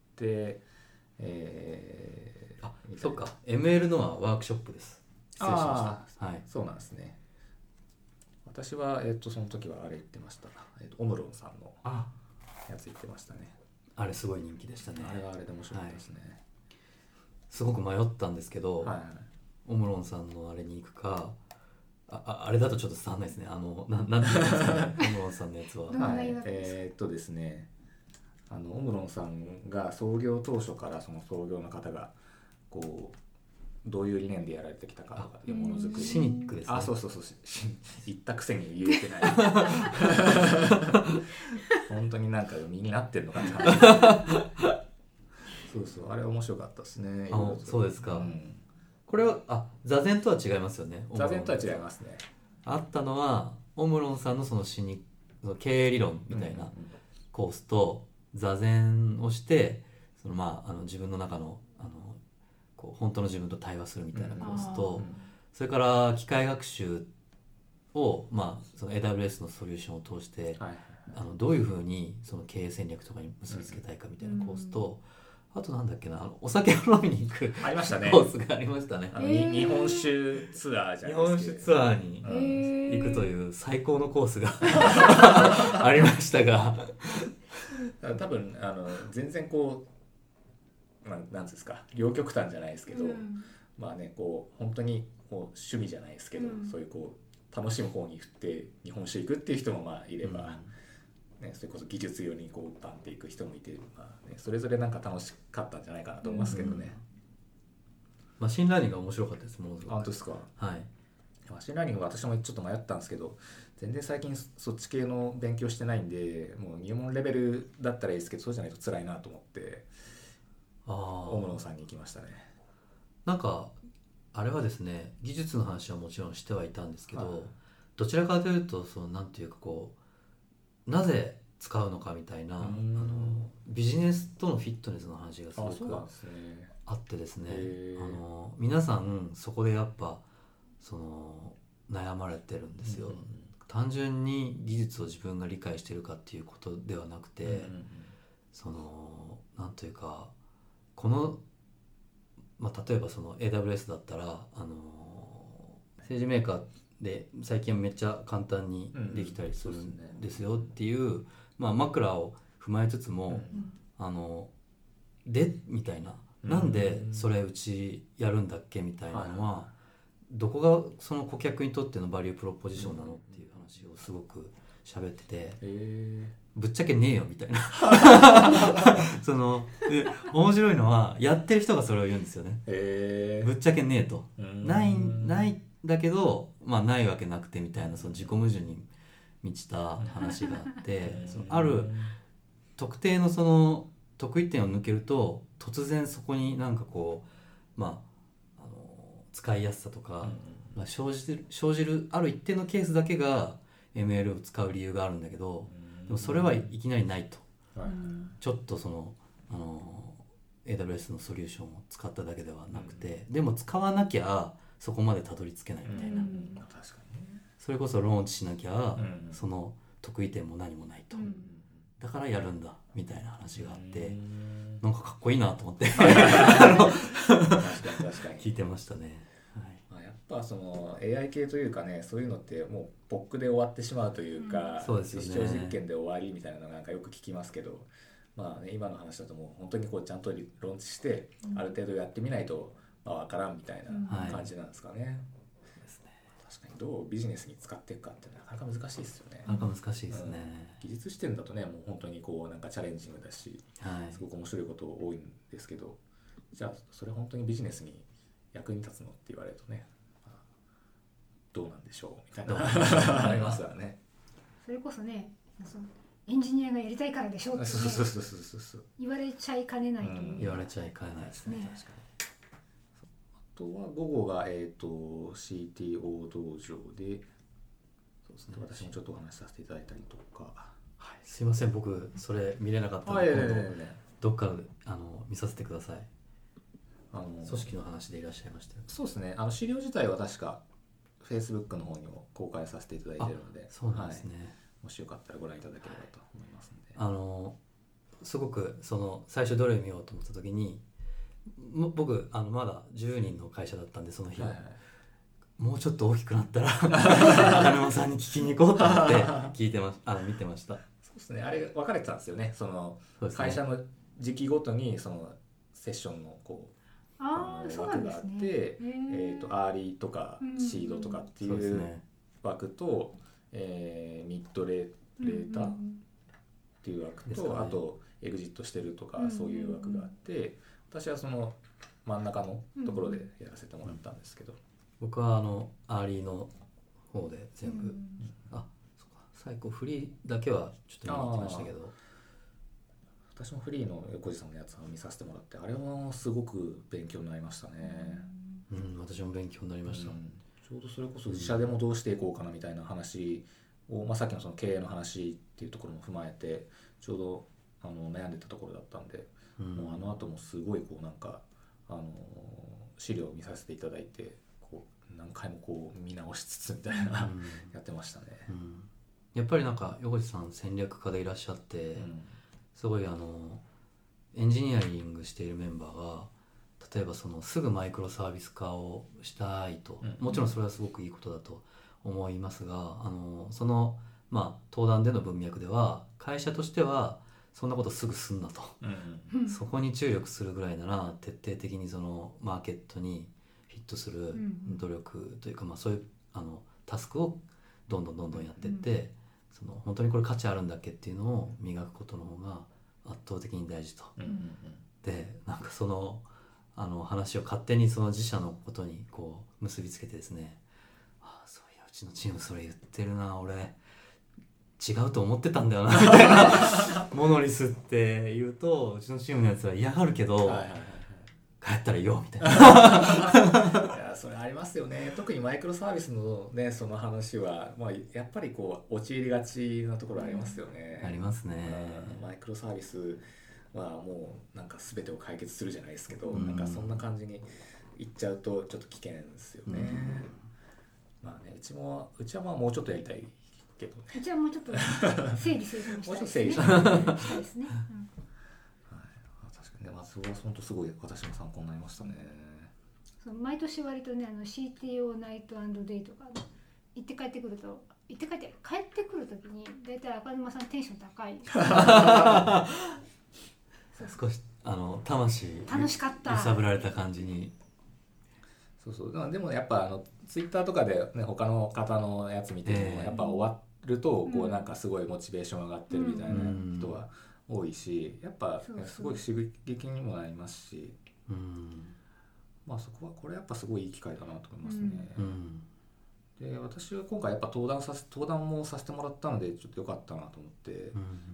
えー、あ、そっか エムエル のはワークショップです。失礼しました。はい、 そうなんですね。私は、えー、とその時はあれ言ってました、えー、とオムロンさんのやつ言ってましたね。 あれすごい人気でしたね。 あれはあれで面白かったですね。はい、 すごく迷ったんですけど、はいはい、オムロンさんのあれに行くか、あ, あれだとちょっと伝わんないですね。あの な, なんていうんですかね。オムロンさんのやつは。 はい、えー、っとですね、あのオムロンさんが創業当初からその創業の方がこうどういう理念でやられてきたかとかっていうものづくり。 シニックですね。 あ、そうそうそう。言ったくせに言えてない。本当になんか身になってるのかって話。そうそう、あれ面白かったですね。 あ、そうですか。うん、これはあ座禅とは違いますよね。 座禅とは違いますね。 あったのはオムロンさんのそのシニその経営理論みたいなコースと、座禅をしてその、まあ、あの自分の中のあのこう本当の自分と対話するみたいなコースと、うん、それから機械学習を、まあ、その エーダブリューエス のソリューションを通して、はい、あのどういうふうにその経営戦略とかに結びつけたいかみたいなコースと、うん、あとなんだっけな、あのお酒を飲みに行くありましたね。 コースがありましたね。 あの、えー、日本酒ツアーじゃないですか。 日本酒ツアーに行くという最高のコースがありましたが多分あの全然こうまあ、なんですか両極端じゃないですけど、うん、まあねこう本当にこう趣味じゃないですけど、うん、そういうこう楽しむ方に振って日本酒行くっていう人もまあいれば、うんね、それこそ技術用にこうバンっていく人もいて、まあね、それぞれなんか楽しかったんじゃないかなと思いますけどね。うん、 マシンラーニングが面白かったですもん。 本当ですか。 はい。 マシンラーニングは私もちょっと迷ったんですけど、全然最近そっち系の勉強してないんで、もう入門レベルだったらいいですけど、そうじゃないと辛いなと思って。大室さんに行きましたね。 なんかあれはですね、技術の話はもちろんしてはいたんですけど、はい、どちらかというとそのなんていうかこうなぜ使うのかみたいな、あのうんビジネスとのフィットネスの話がすごあ、そうくなんですね。 あってですね、 へーあの皆さんそこでやっぱその悩まれてるんですよ、 うんうん単純に技術を自分が理解してるかっていうことではなくて、 うんうんそのなんというかこの、まあ、例えばその エーダブリューエス だったらあの政治メーカーで最近めっちゃ簡単にできたりするんですよっていう、まあ、枕を踏まえつつも、 うんあのでみたいな、 うんなんでそれうちやるんだっけみたいなのは、 はどこがその顧客にとってのバリュープロポジションなのっていう話をすごく喋ってて、 へぶっちゃけねえよみたいなそので面白いのはやってる人がそれを言うんですよね。 えぶっちゃけねえと、 ー、 ないないんだけど、まあ、ないわけなくてみたいな、その自己矛盾に満ちた話があってそのある特定のその得意点を抜けると突然そこになんかこう、まあ、あの使いやすさとか、まあ、生じる生じるある一定のケースだけが エムエル を使う理由があるんだけど、でもそれはいきなりないと、 はいちょっとそのあの エーダブリューエス のソリューションを使っただけではなくて、でも使わなきゃそこまでたどり着けないみたいな、 うんまあ確かにね。 それこそローンチしなきゃ、 うんその得意点も何もないと、 うんだからやるんだみたいな話があって、 うんなんかかっこいいなと思って確かに確かに。 聞いてましたね、はい、 まあやっぱその エーアイ 系というかね、そういうのってもうポックで終わってしまうというか、 うんそうですよね実証実験で終わりみたいなのなんかよく聞きますけど、まあね、今の話だともう本当にこうちゃんとローンチしてある程度やってみないとまあ分からんみたいな感じなんですかね。 そうですね、 確かにどうビジネスに使っていくかってなかなか難しいですよね。 なかなか難しいですね、 技術視点だとね、もう本当にこうなんかチャレンジングだし、 はい、 すごく面白いこと多いんですけど、じゃあそれ本当にビジネスに役に立つのって言われるとね、まあどうなんでしょうみたいなありますからね。 それこそね、そのエンジニアがやりたいからでしょって、ね、 そうそうそうそうそう。 言われちゃいかねないという、 うん言われちゃいかねないですね、 ね確かあとは午後が、えー、と シーティーオー 道場で、 そうですね、 私もちょっとお話しさせていただいたりとか、 はい、すいません僕それ見れなかったのあいで今度やいやいやいやどっかであの見させてください。 あの組織の話でいらっしゃいましたよ。 そうですね、あの資料自体は確か Facebook の方にも公開させていただいているので、 そうなんですね、 はい、もしよかったらご覧いただければと思いますので、 あのすごくその最初どれ見ようと思った時にも僕あのまだじゅうにんの会社だったんでその日、 はいはい、 もうちょっと大きくなったら金沼さんに聞きに行こうと思って聞いてまあの見てました。 そうですね、あれ分かれてたんですよね、そのそうですね、 会社の時期ごとにそのセッションのこうああそうなんですね。 えー、とアーリーとかシードとかっていうそうですね、 枠と、えーミッドレレーターっていう枠と、 ですかねあとエグジットしてるとかうんうんうんそういう枠があって、私はその真ん中のところでやらせてもらったんですけど、 僕はあのアーリーの方で全部、 うんあそうか最高フリーだけはちょっと見に行きましたけど、 私もフリーの横地さんのやつを見させてもらって、あれはすごく勉強になりましたね。 うん、私も勉強になりました、 うんちょうどそれこそ自社でもどうしていこうかなみたいな話を、まあ、さっきのその経営の話っていうところも踏まえてちょうどあの悩んでたところだったんで、 うんもうあの後もすごいこうなんかあの資料を見させていただいてこう何回もこう見直しつつみたいな、 うんやってましたね。 うんやっぱりなんか横地さん戦略家でいらっしゃって、 うんすごいあのエンジニアリングしているメンバーが例えばそのすぐマイクロサービス化をしたいと、 うんもちろんそれはすごくいいことだと思いますが、あのその、まあ、登壇での文脈では会社としてはそんなことすぐすんなと、 うんうんそこに注力するぐらいなら徹底的にそのマーケットにフィットするうん努力というか、まあ、そういうあのタスクをどんどんどんどんやっていって、その本当にこれ価値あるんだっけっていうのを磨くことの方が圧倒的に大事と。 うんうんでなんかそのあの話を勝手にその自社のことにこう結びつけてですね、ああそういやうちのチームそれ言ってるな、俺違うと思ってたんだよなみたいなモノリスって言うとうちのチームのやつは嫌がるけど、 はいはいはいはい帰ったら言おうみたいないやそれありますよね。特にマイクロサービスのねその話は、まあ、やっぱりこう陥りがちなところありますよね、 うん、ありますね、 うん、マイクロサービスはもうなんか全てを解決するじゃないですけど、 うん、 なんかそんな感じにいっちゃうとちょっと危険ですよね、うん、まあねうちもうちはまあもうちょっとやりたいけどね、 うちはもうちょっと整理整頓したいですね。もうちょっと整理したいですね、うん確かにね、まあ、それは本当すごい私も参考になりましたね。 そう毎年割とねあの シーティーオー ナイト&デイとか行って帰ってくると行って帰って帰ってくるときにだいたい赤沼さんテンション高い少しあの魂楽しかった揺さぶられた感じに。 そうそうでもやっぱあのツイッターとかで、ね、他の方のやつ見ても、えー、やっぱ終わるとこうなんかすごいモチベーション上がってるみたいな人は多いし、やっぱ、ね、すごい刺激にもなりますし、 うん、 まあそこはこれやっぱすごいいい機会だなと思いますね、 うんうん、で私は今回やっぱ登壇させ登壇もさせてもらったのでちょっと良かったなと思って、うん、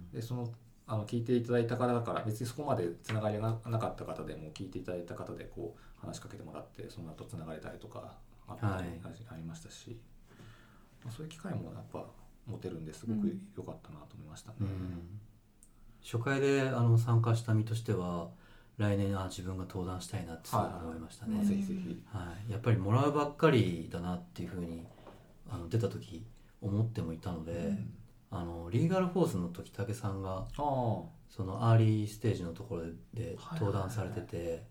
でそのあの聞いていただいた方だから別にそこまでつながりがなかった方でも聞いていただいた方でこう話しかけてもらってその後つながれたりとかあったり、はい、ありましたし、まあ、そういう機会もやっぱ持てるんですごく良かったなと思いましたね、うんうん、 初回であの参加した身としては来年あ自分が登壇したいなってすごく思いましたね、はい、 ぜひぜひ、 はい、やっぱりもらうばっかりだなっていうふうにあの出た時思ってもいたので、うんあのリーガルフォースの時武さんがそのアーリーステージのところで登壇されてて、はいはいはい、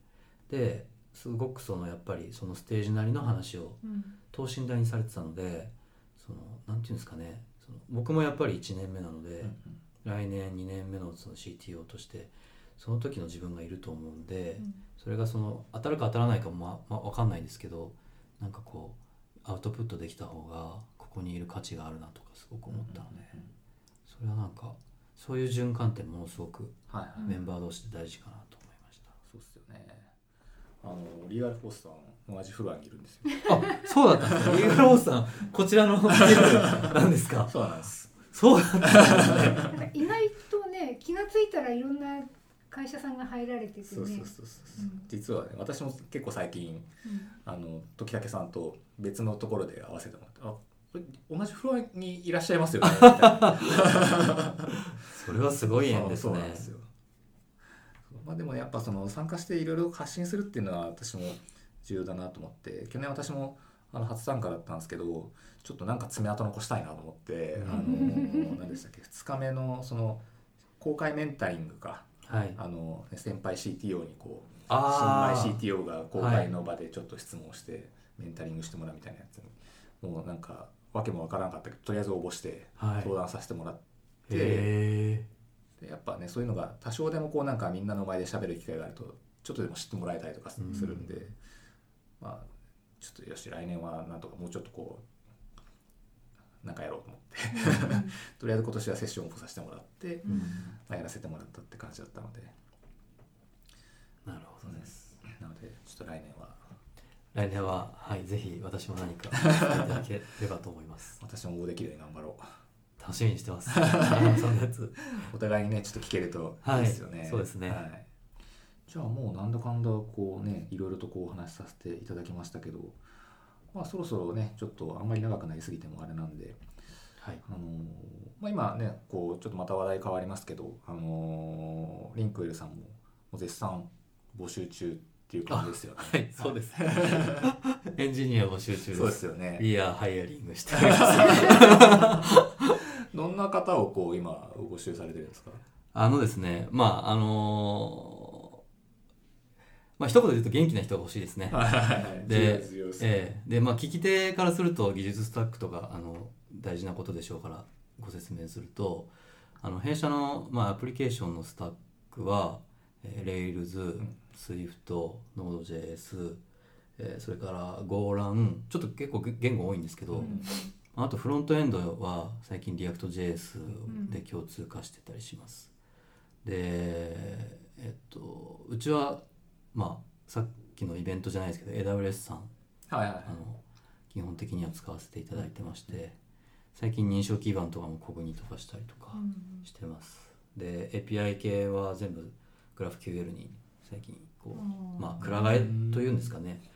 ですごくそのやっぱりそのステージなりの話を等身大にされてたので、そのなんていうんですかねその僕もやっぱりいちねんめなので、うんうん、来年にねんめのその シーティーオー としてその時の自分がいると思うんで、うん、それがその当たるか当たらないかも、まま、分かんないですけどなんかこうアウトプットできた方がここにいる価値があるなとかすごく思ったので、うんうんうん、それはなんかそういう循環ってものすごくメンバー同士で大事かなと思いました、 はいはい、そうですよね。あのリーガルフォースさん同じフロアにいるんですよ。 あ、そうだったんですか。リーガルフォースさんこちらのビルなんですか。 そうなんです。 そうだったんですね。意外とね気がついたらいろんな会社さんが入られててね。 そうそうそうそう、うん、実はね私も結構最近、うん、あの時武さんと別のところで会わせてもらって、あ同じフロアにいらっしゃいますよねみたいなそれはすごい縁ですね。 そうなんですよ。まあでもやっぱその参加していろいろ発信するっていうのは私も重要だなと思って、去年私もあの初参加だったんですけどちょっとなんか爪痕残したいなと思って、あの何でしたっけふつかめのその公開メンタリングか、はい、あの先輩 シーティーオー にこう新米 シーティーオー が公開の場でちょっと質問してメンタリングしてもらうみたいなやつにもうなんかわけもわからなかったけどとりあえず応募して相談させてもらって、はい、でやっぱねそういうのが多少でもこうなんかみんなの前で喋る機会があるとちょっとでも知ってもらえたりとかするんで、うん、まあちょっとよし来年はなんとかもうちょっとこうなんかやろうと思って、うん、とりあえず今年はセッションをさせてもらって、うんまあ、やらせてもらったって感じだったので。 なるほどです、 うん、なのでちょっと来年は来年は、はい、ぜひ私も何かしていただければと思います私も応募できるように頑張ろう。楽しみにしてますそのやつお互いにねちょっと聞けるといいですよね、 はい、そうですね、はい、 じゃあもうなんだかんだこうねいろいろとこうお話しさせていただきましたけど、まあそろそろねちょっとあんまり長くなりすぎてもあれなんで、はいあのーまあ、今ねこうちょっとまた話題変わりますけど、あのー、リンクウェルさんももう絶賛募集中っていう感じですよね。 はい、そうです。エンジニア募集中です。 そうですよね。 We are hiringしてます。 どんな方をこう今募集されてるんですか？ あのですね、まああのー、まあ一言で言うと元気な人が欲しいですね。で、えー、でまあ聞き手からすると技術スタックとかあの大事なことでしょうからご説明すると、あの弊社のまあアプリケーションのスタックは。Rails、Swift、Node.js、えー、それから Golang、ちょっと結構言語多いんですけど、うん、あとフロントエンドは最近 React.js で共通化してたりします。うん、で、えっとうちはまあさっきのイベントじゃないですけど エーダブリューエス さん、はいはいはい、あの基本的には使わせていただいてまして、最近認証基盤とかもコグニとかしたりとかしてます。うん、で エーピーアイ 系は全部グラフ キューエル に最近こう、まあ、くら替えというんですかね、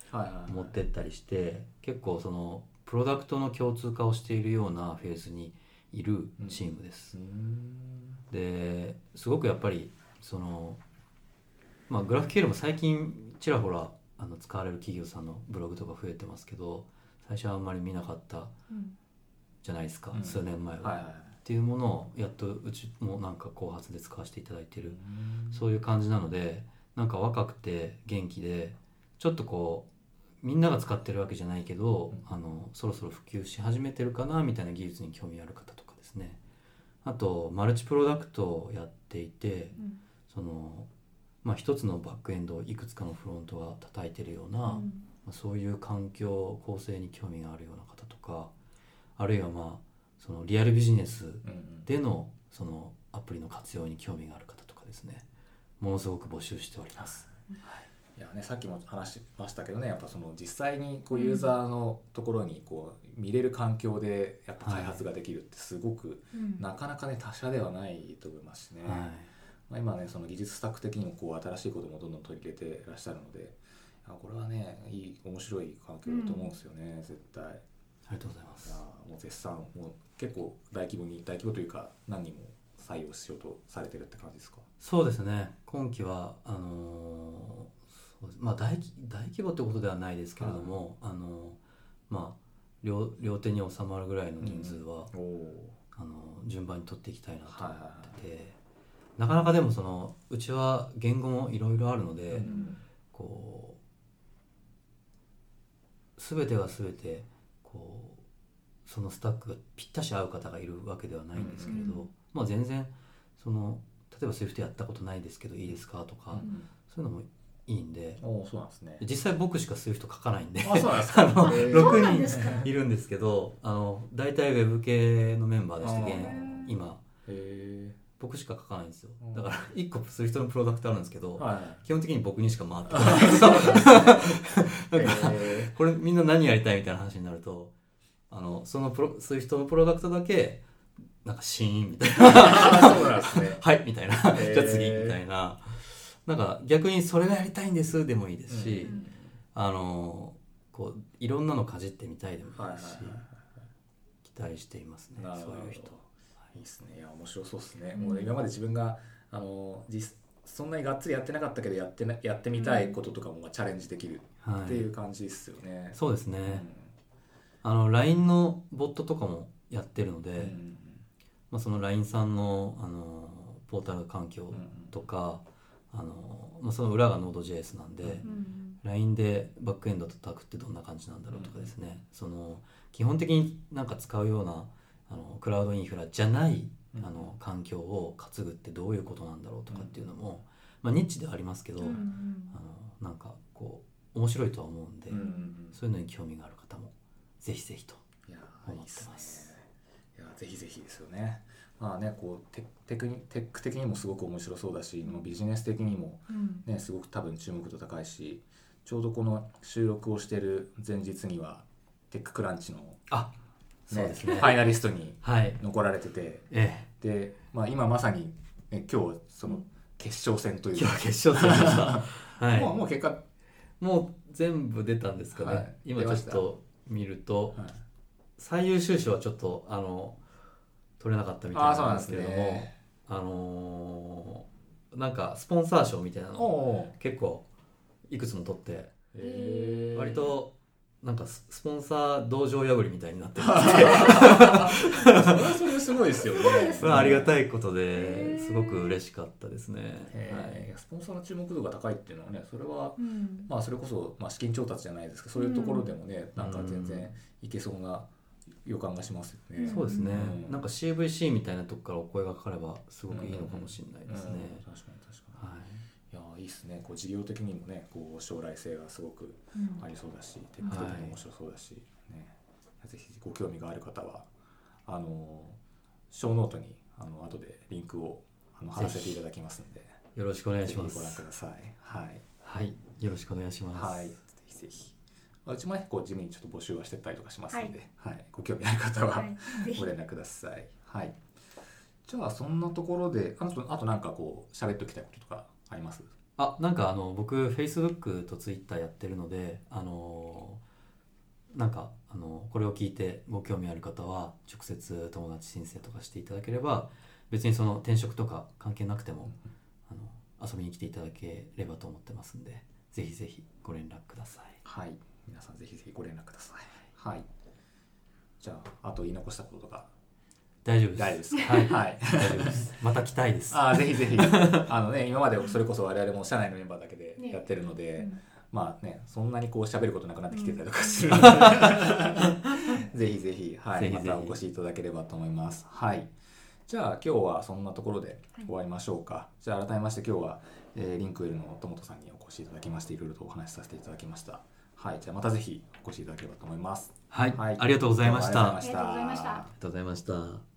持ってったりして、結構そのプロダクトの共通化をしているようなフェーズにいるチームです、うん、ですごくやっぱりその、まあ、グラフ キューエル も最近ちらほらあの使われる企業さんのブログとか増えてますけど、最初はあんまり見なかったじゃないですか、うん、数年前は、はいはいはい、っていうものをやっとうちもなんか後発で使わせていただいてる、うん、そういう感じなので、なんか若くて元気でちょっとこうみんなが使ってるわけじゃないけど、うん、あのそろそろ普及し始めてるかなみたいな技術に興味ある方とかですね。あとマルチプロダクトをやっていて、うん、そのまあ、一つのバックエンドをいくつかのフロントが叩いてるような、うんまあ、そういう環境構成に興味があるような方とか、あるいはまあそのリアルビジネスでのそのアプリの活用に興味がある方とかですね、ものすごく募集しております、はいいやね、さっきも話しましたけどね、やっぱその実際にこうユーザーのところにこう見れる環境でやっぱ開発ができるってすごく、はい、なかなかね他社ではないと思いますしね、はいまあ、今ねその技術スタック的にもこう新しいこともどんどん取り入れていらっしゃるので、これはねいい面白い環境だと思うんですよね、うん、絶対。ありがとうございます。 いやもう絶賛もう結構大規模に大規模というか何人も採用しようとされてるって感じですか？ そうですね、今期はあのーそうまあ、大, 大規模ってことではないですけれども、はいあのーまあ、両, 両手に収まるぐらいの人数は、うんあのー、順番に取っていきたいなと思ってて、はいはいはいなかなかでもそのうちは言語もいろいろあるので、うん、こう全てが全てこうそのスタックがぴったし合う方がいるわけではないんですけれど、うんまあ、全然その例えば Swift やったことないですけどいいですかとか、うん、そういうのもいいんで、 おそうなんですね、 実際僕しか Swift 書かないんで、 あそうなんですかあのろくにんいるんですけど、あの大体ウェブ系のメンバーでして今へ僕しか書かないんですよ。だからいっこSwiftのプロダクトあるんですけど、はい、基本的に僕にしか回ってこないんですよ。なんかこれみんな何やりたいみたいな話になると、あのそのプロSwiftのプロダクトだけなんかシーンみたいなそうなんですねはいみたいなじゃあ次みたいな、なんか逆にそれがやりたいんですでもいいですし、うん、あのこういろんなのかじってみたいでもいいですし、はいはいはいはい、期待していますね。そういう人いいですね。いや面白そうですね、うん、もう今まで自分があの実そんなにがっつりやってなかったけどやってなやってみたいこととかもチャレンジできるっていう感じですよね、はい、 そうですね、うん、あの ライン のボットとかもやってるので、うんまあ、その ライン さん の, あのポータル環境とか、うんあのまあ、その裏が ノードジェイエス なんで、うん、ライン でバックエンド叩くってどんな感じなんだろうとかですね、うん、その基本的になんか使うようなあのクラウドインフラじゃない、うん、あの環境を担ぐってどういうことなんだろうとかっていうのも、うんまあ、ニッチではありますけど、うん、あのなんかこう面白いとは思うんで、うん、そういうのに興味がある方もぜひぜひと思ってます。 いやぜひぜひですよね。まあねこうテテクニテック的にもすごく面白そうだし、うん、ビジネス的にも、ね、すごく多分注目度高いし、ちょうどこの収録をしている前日にはテッククランチのあそうですね、 ファイナリストに残られてて、はいええ、で、まあ、今まさに、ね、今日その決勝戦というか、 今日決勝戦でした、 はい、もう、もう結果もう全部出たんですかね、はい、今ちょっと見ると、はい、最優秀賞はちょっとあの取れなかったみたいなんですけれども、 あ, ね、あのー、なんかスポンサー賞みたいなの結構いくつも取って割となんかスポンサー道場破りみたいになってるそれはそれすごいですよね。 それはありがたいことですごく嬉しかったですね、 はい、スポンサーの注目度が高いっていうのはね、それは、うん、まあそれこそ、まあ、資金調達じゃないですけど、そういうところでもね、うん、なんか全然いけそうな予感がしますよね、 うん、そうですね、うん、なんか シーブイシー みたいなとこからお声がかかればすごくいいのかもしれないですね、 うんうん、確かに確かに、はい、いやいいですね。こう事業的にもねこう将来性がすごくありそうだし、うん、テック的にも面白そうだし、はいね、ぜひご興味がある方はあのショーノートにあの後でリンクをあの貼らせていただきますので、 よろしくお願いします。 ぜひご覧ください。はい、 はい、よろしくお願いします。 はい、ぜひぜひ。うちもねこう地味にちょっと募集はしてたりとかしますので、はいはい、ご興味ある方は、はい、ご連絡ください。はい。じゃあそんなところであとあとなんかこう喋っておきたいこととかあります？ あ、なんかあの僕 Facebook と Twitter やってるので、あのなんかあのこれを聞いてご興味ある方は直接友達申請とかしていただければ、別にその転職とか関係なくてもあの遊びに来ていただければと思ってますんで、ぜひぜひご連絡ください。 はい、皆さんぜひぜひご連絡ください。はい。じゃああと言い残したこととか。 大丈夫です。 大丈夫です。 はい、 はい、 大丈夫です。また来たいです。 あ、ぜひぜひ。あのね、今までそれこそ我々も社内のメンバーだけでやってるので、ね、うん、まあね、そんなにこう喋ることなくなってきてたりとかするので、うん、ぜひぜひ、はい、ぜひぜひまたお越しいただければと思います。はい。じゃあ今日はそんなところで終わりましょうか。はい、じゃあ改めまして今日は、えー、リンクウェルの友人さんにお越しいただきまして、いろいろとお話しさせていただきました。はい、じゃあまたぜひお越しいただければと思います。 はい、はい、ありがとうございました。 ありがとうございました。 ありがとうございました。